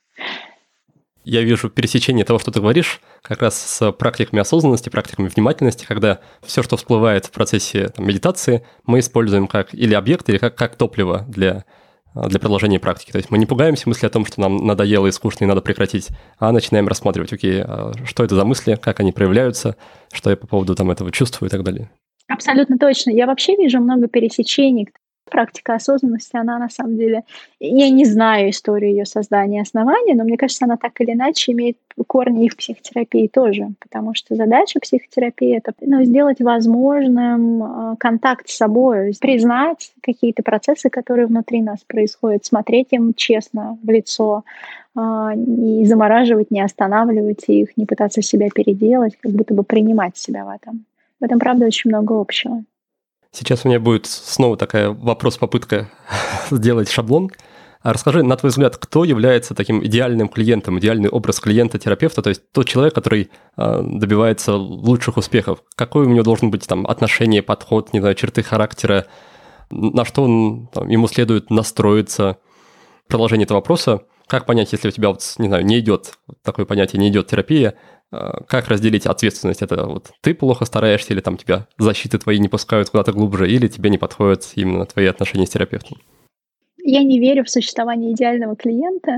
Я вижу пересечение того, что ты говоришь, как раз с практиками осознанности, практиками внимательности, когда все, что всплывает в процессе там, медитации, мы используем как или объект, или как, как топливо для, для продолжения практики. То есть мы не пугаемся мысли о том, что нам надоело и скучно, и надо прекратить, а начинаем рассматривать, окей, что это за мысли, как они проявляются, что я по поводу там, этого чувствую и так далее. Абсолютно точно. Я вообще вижу много пересечений. Практика осознанности, она на самом деле, я не знаю историю ее создания и основания, но мне кажется, она так или иначе имеет корни и в психотерапии тоже, потому что задача психотерапии — это, ну, сделать возможным э, контакт с собой, признать какие-то процессы, которые внутри нас происходят, смотреть им честно в лицо, э, не замораживать, не останавливать их, не пытаться себя переделать, как будто бы принимать себя в этом. В этом, правда, очень много общего. Сейчас у меня будет снова такая вопрос-попытка сделать шаблон. А расскажи, на твой взгляд, кто является таким идеальным клиентом, идеальный образ клиента-терапевта, то есть тот человек, который э, добивается лучших успехов? Какое у него должен быть там отношение, подход, не знаю, черты характера, на что он, там, ему следует настроиться? Продолжение этого вопроса. Как понять, если у тебя, вот, не знаю, не идет такое понятие, не идет терапия, как разделить ответственность? Это вот ты плохо стараешься, или там тебя защиты твои не пускают куда-то глубже, или тебе не подходят именно твои отношения с терапевтом? Я не верю в существование идеального клиента,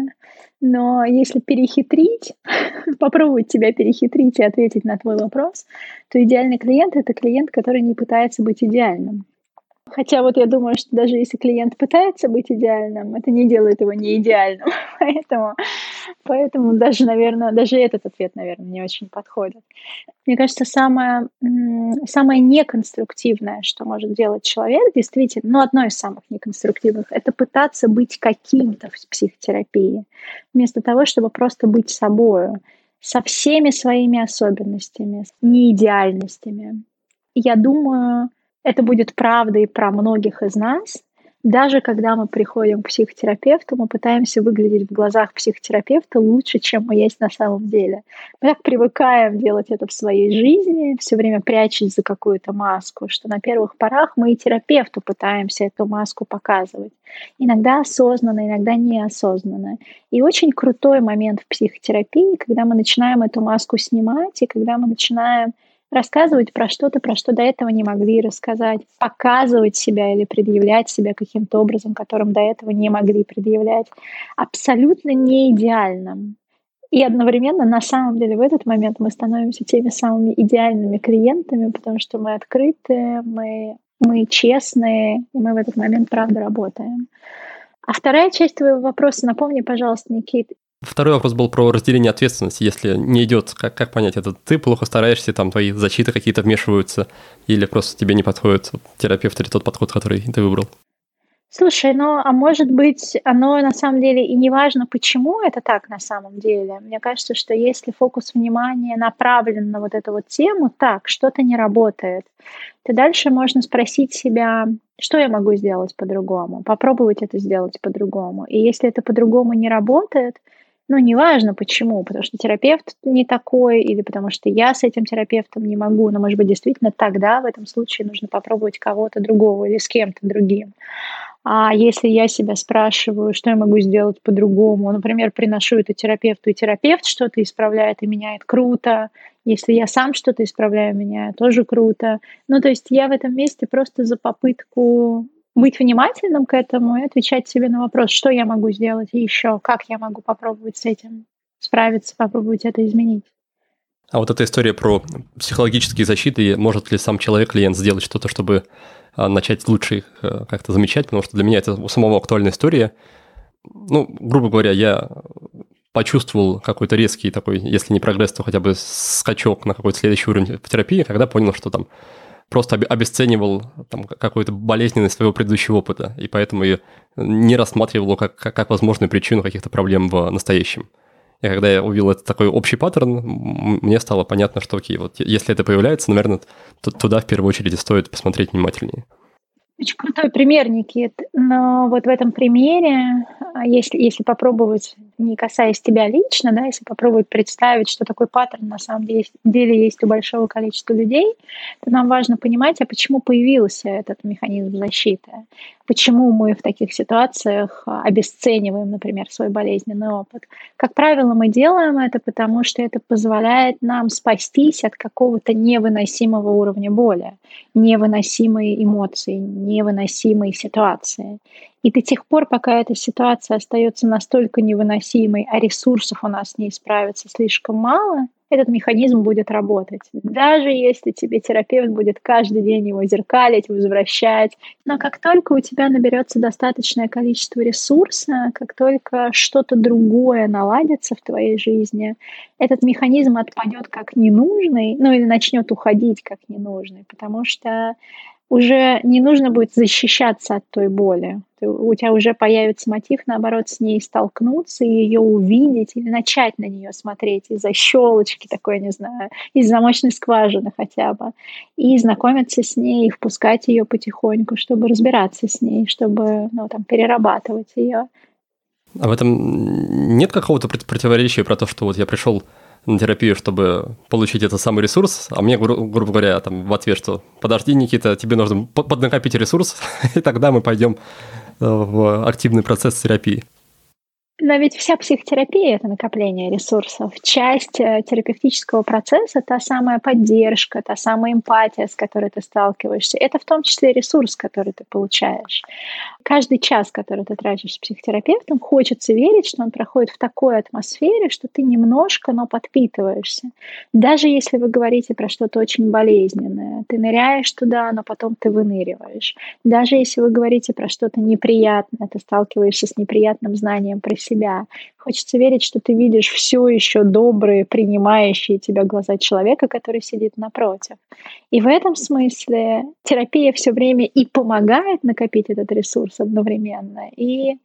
но если перехитрить, попробовать тебя перехитрить и ответить на твой вопрос, то идеальный клиент — это клиент, который не пытается быть идеальным. Хотя вот я думаю, что даже если клиент пытается быть идеальным, это не делает его не идеальным. Поэтому, поэтому даже, наверное, даже этот ответ, наверное, не очень подходит. Мне кажется, самое, самое неконструктивное, что может делать человек, действительно, ну, одно из самых неконструктивных, это пытаться быть каким-то в психотерапии, вместо того, чтобы просто быть собою, со всеми своими особенностями, неидеальностями. Я думаю, это будет правдой про многих из нас. Даже когда мы приходим к психотерапевту, мы пытаемся выглядеть в глазах психотерапевта лучше, чем мы есть на самом деле. Мы так привыкаем делать это в своей жизни, все время прячась за какую-то маску, что на первых порах мы и терапевту пытаемся эту маску показывать. Иногда осознанно, иногда неосознанно. И очень крутой момент в психотерапии, когда мы начинаем эту маску снимать, и когда мы начинаем рассказывать про что-то, про что до этого не могли рассказать, показывать себя или предъявлять себя каким-то образом, которым до этого не могли предъявлять, абсолютно не идеальным. И одновременно, на самом деле, в этот момент мы становимся теми самыми идеальными клиентами, потому что мы открыты, мы, мы честные, и мы в этот момент, правда, работаем. А вторая часть твоего вопроса, напомни, пожалуйста, Никит. Второй вопрос был про разделение ответственности. Если не идет, как, как понять, это ты плохо стараешься, там твои защиты какие-то вмешиваются, или просто тебе не подходит терапевт или тот подход, который ты выбрал? Слушай, ну, а может быть, оно на самом деле и не важно, почему это так на самом деле. Мне кажется, что если фокус внимания направлен на вот эту вот тему, так, что-то не работает, то дальше можно спросить себя, что я могу сделать по-другому, попробовать это сделать по-другому. И если это по-другому не работает, ну, неважно почему, потому что терапевт не такой, или потому что я с этим терапевтом не могу, но, может быть, действительно тогда в этом случае нужно попробовать кого-то другого или с кем-то другим. А если я себя спрашиваю, что я могу сделать по-другому, например, приношу это терапевту, и терапевт что-то исправляет и меняет, круто. Если я сам что-то исправляю, меняю, тоже круто. Ну, то есть я в этом месте просто за попытку быть внимательным к этому и отвечать себе на вопрос, что я могу сделать еще, как я могу попробовать с этим справиться, попробовать это изменить. А вот эта история про психологические защиты, может ли сам человек, клиент, сделать что-то, чтобы начать лучше их как-то замечать, потому что для меня это у самого актуальная история. Ну, грубо говоря, я почувствовал какой-то резкий такой, если не прогресс, то хотя бы скачок на какой-то следующий уровень в терапии, когда понял, что там просто обесценивал там, какую-то болезненность своего предыдущего опыта, и поэтому я не рассматривал его как, как, как возможную причину каких-то проблем в настоящем. И когда я увидел этот такой общий паттерн, мне стало понятно, что окей, вот если это появляется, наверное, то туда в первую очередь стоит посмотреть внимательнее. Очень крутой пример, Никит. Но вот в этом примере, если, если попробовать, не касаясь тебя лично, да, если попробовать представить, что такой паттерн на самом деле, деле есть у большого количества людей, то нам важно понимать, а почему появился этот механизм защиты. Почему мы в таких ситуациях обесцениваем, например, свой болезненный опыт. Как правило, мы делаем это, потому что это позволяет нам спастись от какого-то невыносимого уровня боли, невыносимой эмоции, невыносимой ситуации. И до тех пор, пока эта ситуация остается настолько невыносимой, а ресурсов у нас с ней справиться слишком мало, этот механизм будет работать. Даже если тебе терапевт будет каждый день его зеркалить, возвращать. Но как только у тебя наберется достаточное количество ресурса, как только что-то другое наладится в твоей жизни, этот механизм отпадет как ненужный, ну или начнет уходить как ненужный, потому что уже не нужно будет защищаться от той боли. Ты, у тебя уже появится мотив, наоборот, с ней столкнуться, ее увидеть или начать на нее смотреть из-за щелочки такой, не знаю, из замочной скважины хотя бы, и знакомиться с ней, и впускать ее потихоньку, чтобы разбираться с ней, чтобы, ну, там, перерабатывать ее. А в этом нет какого-то противоречия про то, что вот я пришел на терапию, чтобы получить этот самый ресурс, а мне, гру- грубо говоря, там в ответ, что подожди, Никита, тебе нужно поднакопить ресурс, и тогда мы пойдем в активный процесс терапии. Но ведь вся психотерапия – это накопление ресурсов. Часть терапевтического процесса – та самая поддержка, та самая эмпатия, с которой ты сталкиваешься. Это в том числе ресурс, который ты получаешь. Каждый час, который ты тратишь с психотерапевтом, хочется верить, что он проходит в такой атмосфере, что ты немножко, но подпитываешься. Даже если вы говорите про что-то очень болезненное, ты ныряешь туда, но потом ты выныриваешь. Даже если вы говорите про что-то неприятное, ты сталкиваешься с неприятным знанием про себя. Хочется верить, что ты видишь все еще добрые, принимающие тебя глаза человека, который сидит напротив. И в этом смысле терапия все время и помогает накопить этот ресурс одновременно, и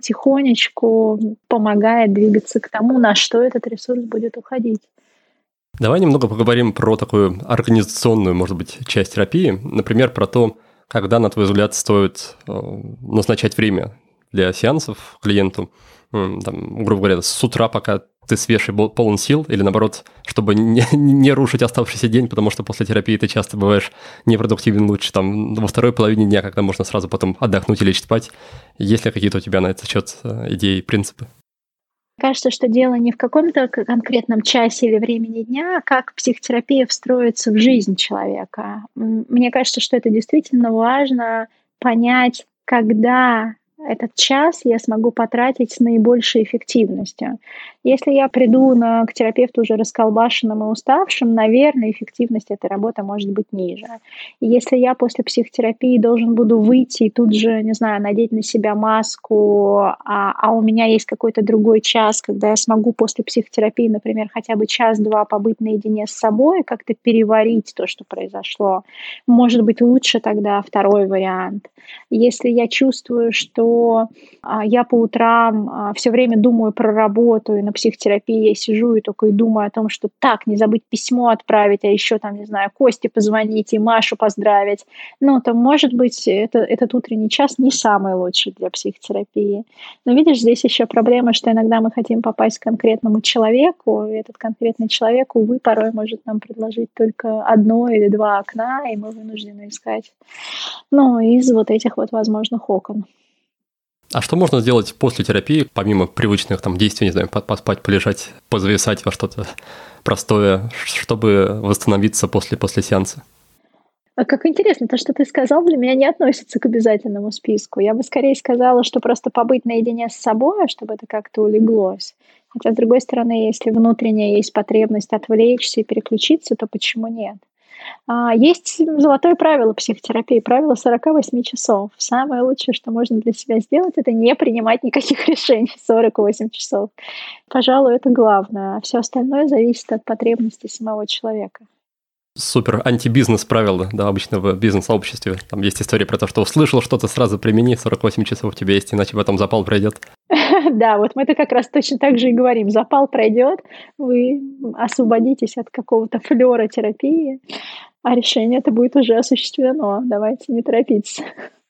потихонечку помогает двигаться к тому, на что этот ресурс будет уходить. Давай немного поговорим про такую организационную, может быть, часть терапии. Например, про то, когда, на твой взгляд, стоит назначать время для сеансов клиенту. Там, грубо говоря, с утра, пока ты свеж и полон сил, или наоборот, чтобы не, не рушить оставшийся день, потому что после терапии ты часто бываешь непродуктивен, лучше там во второй половине дня, когда можно сразу потом отдохнуть или лечь спать. Есть ли какие-то у тебя на этот счет идеи, принципы? Кажется, что дело не в каком-то конкретном часе или времени дня, а как психотерапия встроится в жизнь человека. Мне кажется, что это действительно важно понять, когда этот час я смогу потратить с наибольшей эффективностью. Если я приду на, к терапевту уже расколбашенным и уставшим, наверное, эффективность этой работы может быть ниже. И если я после психотерапии должен буду выйти и тут же, не знаю, надеть на себя маску, а, а у меня есть какой-то другой час, когда я смогу после психотерапии, например, хотя бы час-два побыть наедине с собой, как-то переварить то, что произошло, может быть, лучше тогда второй вариант. Если я чувствую, что а, я по утрам а, все время думаю про работу, и на психотерапии я сижу и только и думаю о том, что так, не забыть письмо отправить, а еще там, не знаю, Косте позвонить и Машу поздравить, ну, то, может быть, это, этот утренний час не самый лучший для психотерапии. Но видишь, здесь еще проблема, что иногда мы хотим попасть к конкретному человеку, и этот конкретный человек, увы, порой может нам предложить только одно или два окна, и мы вынуждены искать, ну, из вот этих вот возможных окон. А что можно сделать после терапии, помимо привычных там действий, не знаю, поспать, полежать, позависать во что-то простое, чтобы восстановиться после, после сеанса? А как интересно, то, что ты сказал, для меня не относится к обязательному списку. Я бы скорее сказала, что просто побыть наедине с собой, чтобы это как-то улеглось. Хотя, с другой стороны, если внутренне есть потребность отвлечься и переключиться, то почему нет? Есть золотое правило психотерапии, правило сорок восемь часов. Самое лучшее, что можно для себя сделать, это не принимать никаких решений сорок восемь часов. Пожалуй, это главное. А все остальное зависит от потребностей самого человека. Супер антибизнес правило, да, обычно в бизнес-сообществе. Там есть история про то, что услышал что-то, сразу примени, сорок восемь часов у тебя есть, иначе потом запал пройдет. Да, вот мы это как раз точно так же и говорим. Запал пройдет, вы освободитесь от какого-то флера терапии, а решение это будет уже осуществлено. Давайте не торопиться.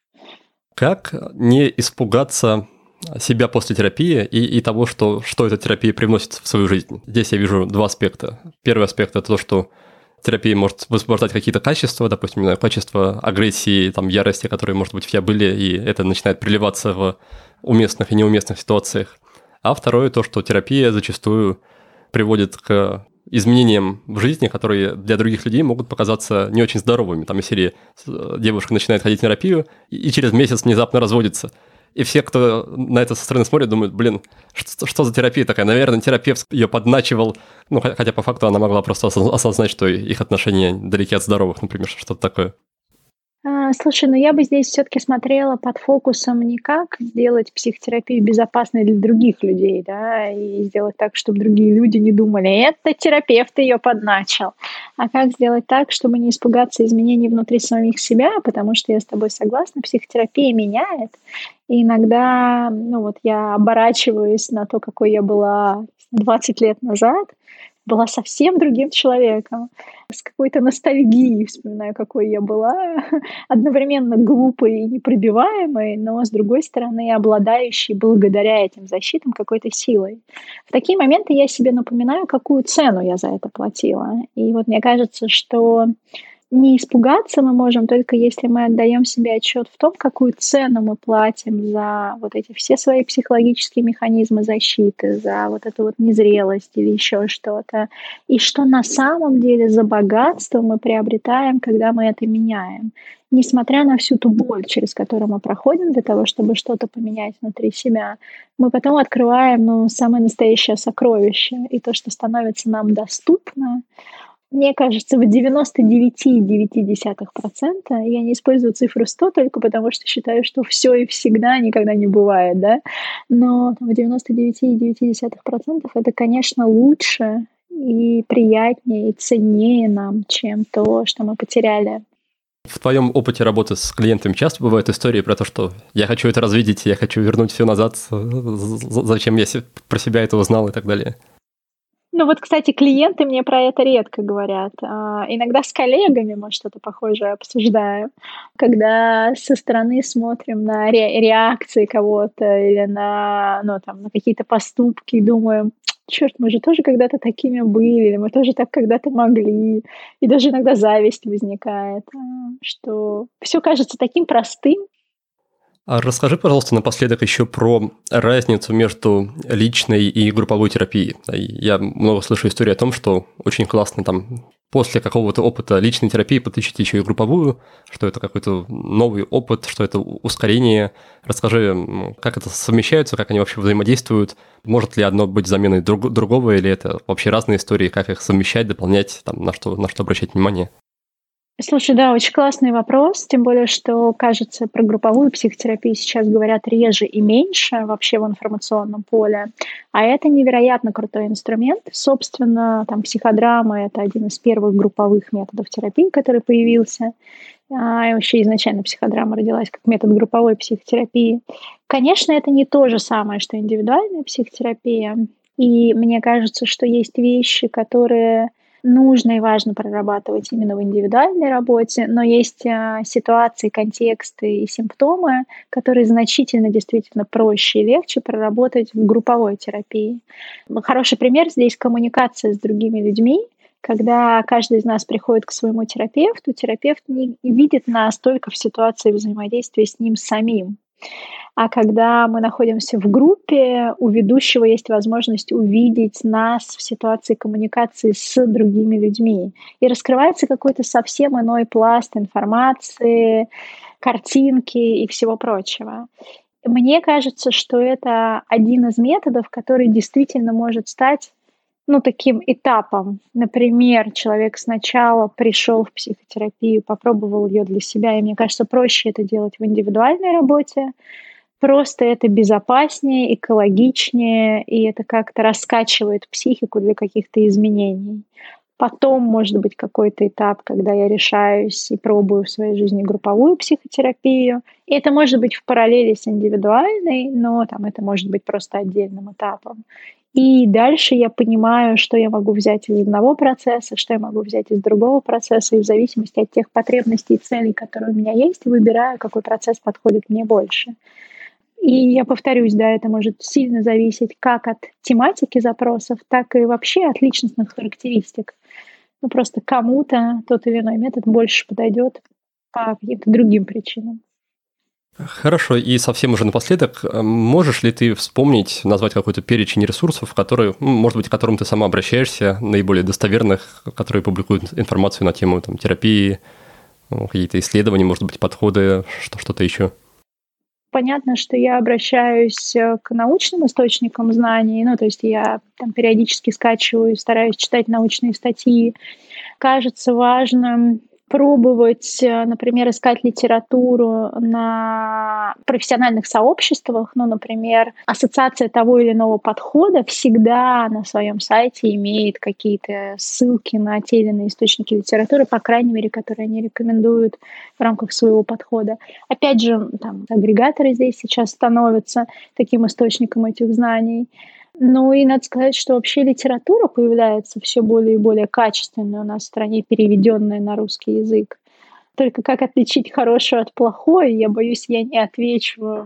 Как не испугаться себя после терапии и, и того, что, что эта терапия привносит в свою жизнь? Здесь я вижу два аспекта. Первый аспект – это то, что терапия может высвобождать какие-то качества, допустим, не знаю, качество агрессии, там, ярости, которые, может быть, у тебя были, и это начинает приливаться в уместных и неуместных ситуациях. А второе – то, что терапия зачастую приводит к изменениям в жизни, которые для других людей могут показаться не очень здоровыми. Там из серии девушка начинает ходить в терапию и через месяц внезапно разводится. И все, кто на это со стороны смотрит, думают, блин, что, что за терапия такая? Наверное, терапевт ее подначивал, ну, хотя по факту она могла просто осознать, что их отношения далеки от здоровых, например, что-то такое. А, слушай, ну я бы здесь все-таки смотрела под фокусом не как сделать психотерапию безопасной для других людей, да, и сделать так, чтобы другие люди не думали, это терапевт ее подначил, а как сделать так, чтобы не испугаться изменений внутри самих себя, потому что я с тобой согласна, психотерапия меняет, и иногда, ну вот я оборачиваюсь на то, какой я была двадцать лет назад, была совсем другим человеком, с какой-то ностальгией вспоминаю, какой я была, одновременно глупой и непробиваемой, но, с другой стороны, обладающей благодаря этим защитам какой-то силой. В такие моменты я себе напоминаю, какую цену я за это платила. И вот мне кажется, что не испугаться мы можем только если мы отдаем себе отчет в том, какую цену мы платим за вот эти все свои психологические механизмы защиты, за вот эту вот незрелость или еще что-то, и что на самом деле за богатство мы приобретаем, когда мы это меняем. Несмотря на всю ту боль, через которую мы проходим для того, чтобы что-то поменять внутри себя, мы потом открываем, ну, самое настоящее сокровище, и то, что становится нам доступно. Мне кажется, в девяносто девять целых девять десятых процента, я не использую цифру сто только потому, что считаю, что все и всегда никогда не бывает, да, но в девяносто девять целых девять десятых процента это, конечно, лучше и приятнее, и ценнее нам, чем то, что мы потеряли. В твоем опыте работы с клиентами часто бывают истории про то, что я хочу это развидеть, я хочу вернуть все назад, зачем я про себя это узнал и так далее? Ну вот, кстати, клиенты мне про это редко говорят. А, иногда с коллегами мы что-то похожее обсуждаем. Когда со стороны смотрим на ре- реакции кого-то или на, ну, там, на какие-то поступки и думаем, черт, мы же тоже когда-то такими были, мы тоже так когда-то могли. И даже иногда зависть возникает, что все кажется таким простым. А расскажи, пожалуйста, напоследок еще про разницу между личной и групповой терапией. Я много слышу истории о том, что очень классно там после какого-то опыта личной терапии подключить еще и групповую, что это какой-то новый опыт, что это ускорение. Расскажи, как это совмещаются, как они вообще взаимодействуют, может ли одно быть заменой друг, другого, или это вообще разные истории, как их совмещать, дополнять, там, на что, на что обращать внимание? Слушай, да, очень классный вопрос, тем более, что, кажется, про групповую психотерапию сейчас говорят реже и меньше вообще в информационном поле, а это невероятно крутой инструмент. Собственно, там психодрама — это один из первых групповых методов терапии, который появился, а, и вообще изначально психодрама родилась как метод групповой психотерапии. Конечно, это не то же самое, что индивидуальная психотерапия, и мне кажется, что есть вещи, которые нужно и важно прорабатывать именно в индивидуальной работе, но есть а, ситуации, контексты и симптомы, которые значительно действительно проще и легче проработать в групповой терапии. Хороший пример здесь — коммуникация с другими людьми. Когда каждый из нас приходит к своему терапевту, терапевт не видит нас только в ситуации взаимодействия с ним самим. А когда мы находимся в группе, у ведущего есть возможность увидеть нас в ситуации коммуникации с другими людьми. И раскрывается какой-то совсем иной пласт информации, картинки и всего прочего. Мне кажется, что это один из методов, который действительно может стать, ну, таким этапом. Например, человек сначала пришел в психотерапию, попробовал ее для себя, и мне кажется, проще это делать в индивидуальной работе. Просто это безопаснее, экологичнее, и это как-то раскачивает психику для каких-то изменений. Потом может быть какой-то этап, когда я решаюсь и пробую в своей жизни групповую психотерапию. И это может быть в параллели с индивидуальной, но там это может быть просто отдельным этапом. И дальше я понимаю, что я могу взять из одного процесса, что я могу взять из другого процесса, и в зависимости от тех потребностей и целей, которые у меня есть, выбираю, какой процесс подходит мне больше. И я повторюсь, да, это может сильно зависеть как от тематики запросов, так и вообще от личностных характеристик. Ну, просто кому-то тот или иной метод больше подойдет по каким-то другим причинам. Хорошо, и совсем уже напоследок, можешь ли ты вспомнить, назвать какой-то перечень ресурсов, которые, может быть, к которым ты сама обращаешься, наиболее достоверных, которые публикуют информацию на тему там, терапии, какие-то исследования, может быть, подходы, что- что-то еще? Понятно, что я обращаюсь к научным источникам знаний, ну, то есть я там периодически скачиваю, стараюсь читать научные статьи. Кажется важным пробовать, например, искать литературу на профессиональных сообществах. Ну, например, ассоциация того или иного подхода всегда на своем сайте имеет какие-то ссылки на те или иные источники литературы, по крайней мере, которые они рекомендуют в рамках своего подхода. Опять же, там, агрегаторы здесь сейчас становятся таким источником этих знаний. Ну и надо сказать, что вообще литература появляется все более и более качественная у нас в стране, переведенная на русский язык. Только как отличить хорошее от плохое, я боюсь, я не отвечу.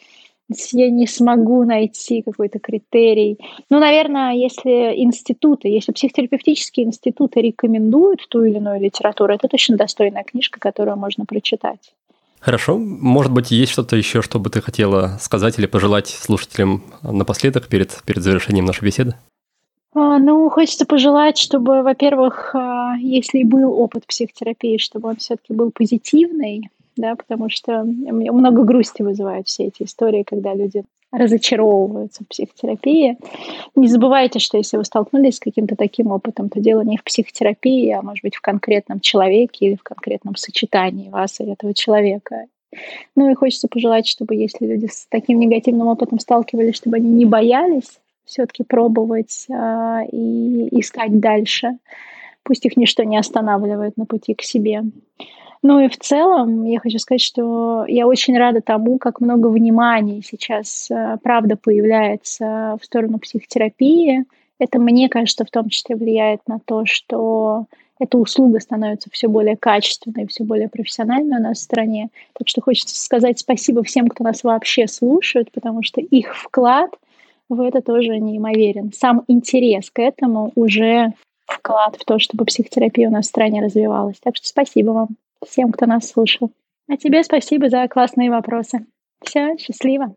Я не смогу найти какой-то критерий. Ну, наверное, если институты, если психотерапевтические институты рекомендуют ту или иную литературу, это точно достойная книжка, которую можно прочитать. Хорошо. Может быть, есть что-то еще, что бы ты хотела сказать или пожелать слушателям напоследок перед, перед завершением нашей беседы? А, ну, хочется пожелать, чтобы, во-первых, если был опыт психотерапии, чтобы он все-таки был позитивный, да, потому что много грусти вызывают все эти истории, когда люди разочаровываются в психотерапии. Не забывайте, что если вы столкнулись с каким-то таким опытом, то дело не в психотерапии, а может быть в конкретном человеке или в конкретном сочетании вас и этого человека. Ну и хочется пожелать, чтобы если люди с таким негативным опытом сталкивались, чтобы они не боялись все-таки пробовать э, и искать дальше. Пусть их ничто не останавливает на пути к себе. Ну и в целом я хочу сказать, что я очень рада тому, как много внимания сейчас, правда, появляется в сторону психотерапии. Это, мне кажется, в том числе влияет на то, что эта услуга становится все более качественной, все более профессиональной у нас в стране. Так что хочется сказать спасибо всем, кто нас вообще слушает, потому что их вклад в это тоже неимоверен. Сам интерес к этому уже вклад в то, чтобы психотерапия у нас в стране развивалась. Так что спасибо вам. Всем, кто нас слушал. А тебе спасибо за классные вопросы. Все, счастливо.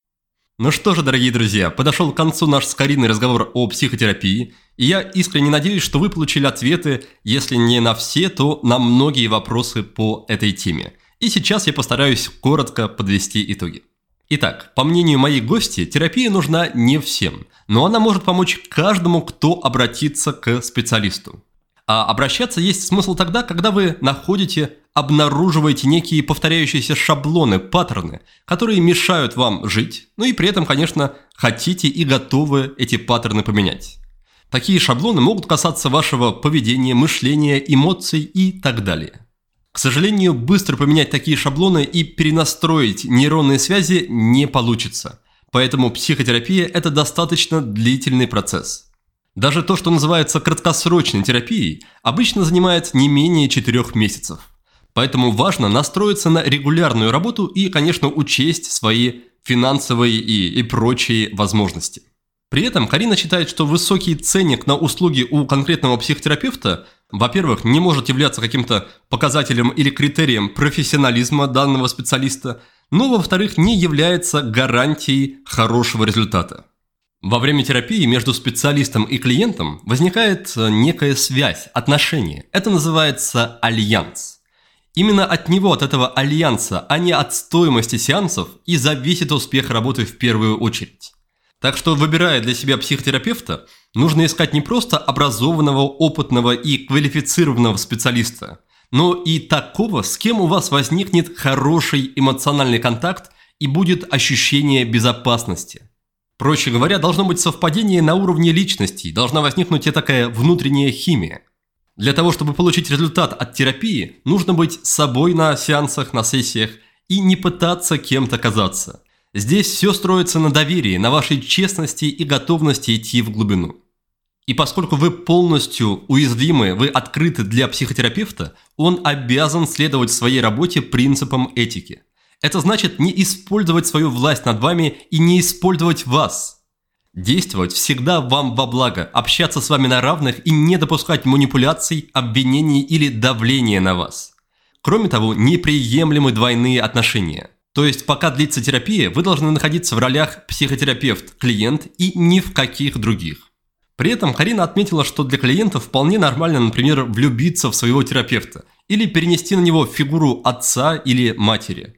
Ну что же, дорогие друзья, подошел к концу наш с Кариной разговор о психотерапии, и я искренне надеюсь, что вы получили ответы, если не на все, то на многие вопросы по этой теме. И сейчас я постараюсь коротко подвести итоги. Итак, по мнению моей гости, терапия нужна не всем, но она может помочь каждому, кто обратится к специалисту. А обращаться есть смысл тогда, когда вы находите, обнаруживаете некие повторяющиеся шаблоны, паттерны, которые мешают вам жить, ну и при этом, конечно, хотите и готовы эти паттерны поменять. Такие шаблоны могут касаться вашего поведения, мышления, эмоций и так далее. К сожалению, быстро поменять такие шаблоны и перенастроить нейронные связи не получится, поэтому психотерапия – это достаточно длительный процесс. Даже то, что называется краткосрочной терапией, обычно занимает не менее четырех месяцев. Поэтому важно настроиться на регулярную работу и, конечно, учесть свои финансовые и, и прочие возможности. При этом Карина считает, что высокий ценник на услуги у конкретного психотерапевта, во-первых, не может являться каким-то показателем или критерием профессионализма данного специалиста, но, во-вторых, не является гарантией хорошего результата. Во время терапии между специалистом и клиентом возникает некая связь, отношение. Это называется альянс. Именно от него, от этого альянса, а не от стоимости сеансов, и зависит успех работы в первую очередь. Так что, выбирая для себя психотерапевта, нужно искать не просто образованного, опытного и квалифицированного специалиста, но и такого, с кем у вас возникнет хороший эмоциональный контакт и будет ощущение безопасности. Проще говоря, должно быть совпадение на уровне личностей, должна возникнуть и такая внутренняя химия. Для того, чтобы получить результат от терапии, нужно быть собой на сеансах, на сессиях и не пытаться кем-то казаться. Здесь все строится на доверии, на вашей честности и готовности идти в глубину. И поскольку вы полностью уязвимы, вы открыты для психотерапевта, он обязан следовать в своей работе принципам этики. Это значит не использовать свою власть над вами и не использовать вас. Действовать всегда вам во благо, общаться с вами на равных и не допускать манипуляций, обвинений или давления на вас. Кроме того, неприемлемы двойные отношения. То есть, пока длится терапия, вы должны находиться в ролях психотерапевт-клиент и ни в каких других. При этом Карина отметила, что для клиентов вполне нормально, например, влюбиться в своего терапевта или перенести на него фигуру отца или матери.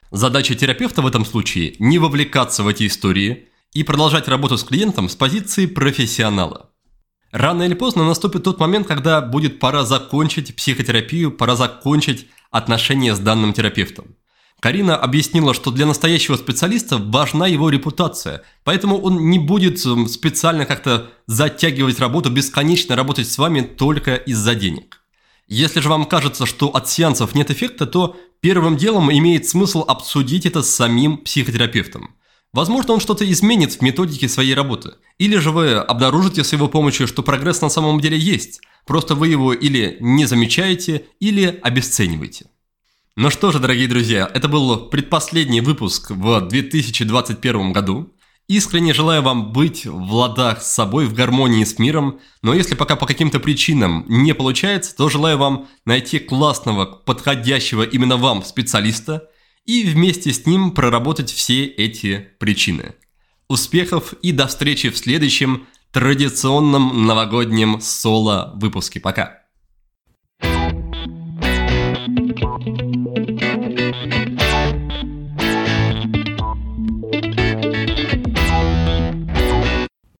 Задача терапевта в этом случае – не вовлекаться в эти истории и продолжать работу с клиентом с позиции профессионала. Рано или поздно наступит тот момент, когда будет пора закончить психотерапию, пора закончить отношения с данным терапевтом. Карина объяснила, что для настоящего специалиста важна его репутация, поэтому он не будет специально как-то затягивать работу, бесконечно работать с вами только из-за денег. Если же вам кажется, что от сеансов нет эффекта, то первым делом имеет смысл обсудить это с самим психотерапевтом. Возможно, он что-то изменит в методике своей работы. Или же вы обнаружите с его помощью, что прогресс на самом деле есть, просто вы его или не замечаете, или обесцениваете. Ну что же, дорогие друзья, это был предпоследний выпуск в две тысячи двадцать первом году. Искренне желаю вам быть в ладах с собой, в гармонии с миром, но если пока по каким-то причинам не получается, то желаю вам найти классного, подходящего именно вам специалиста и вместе с ним проработать все эти причины. Успехов и до встречи в следующем традиционном новогоднем соло-выпуске. Пока!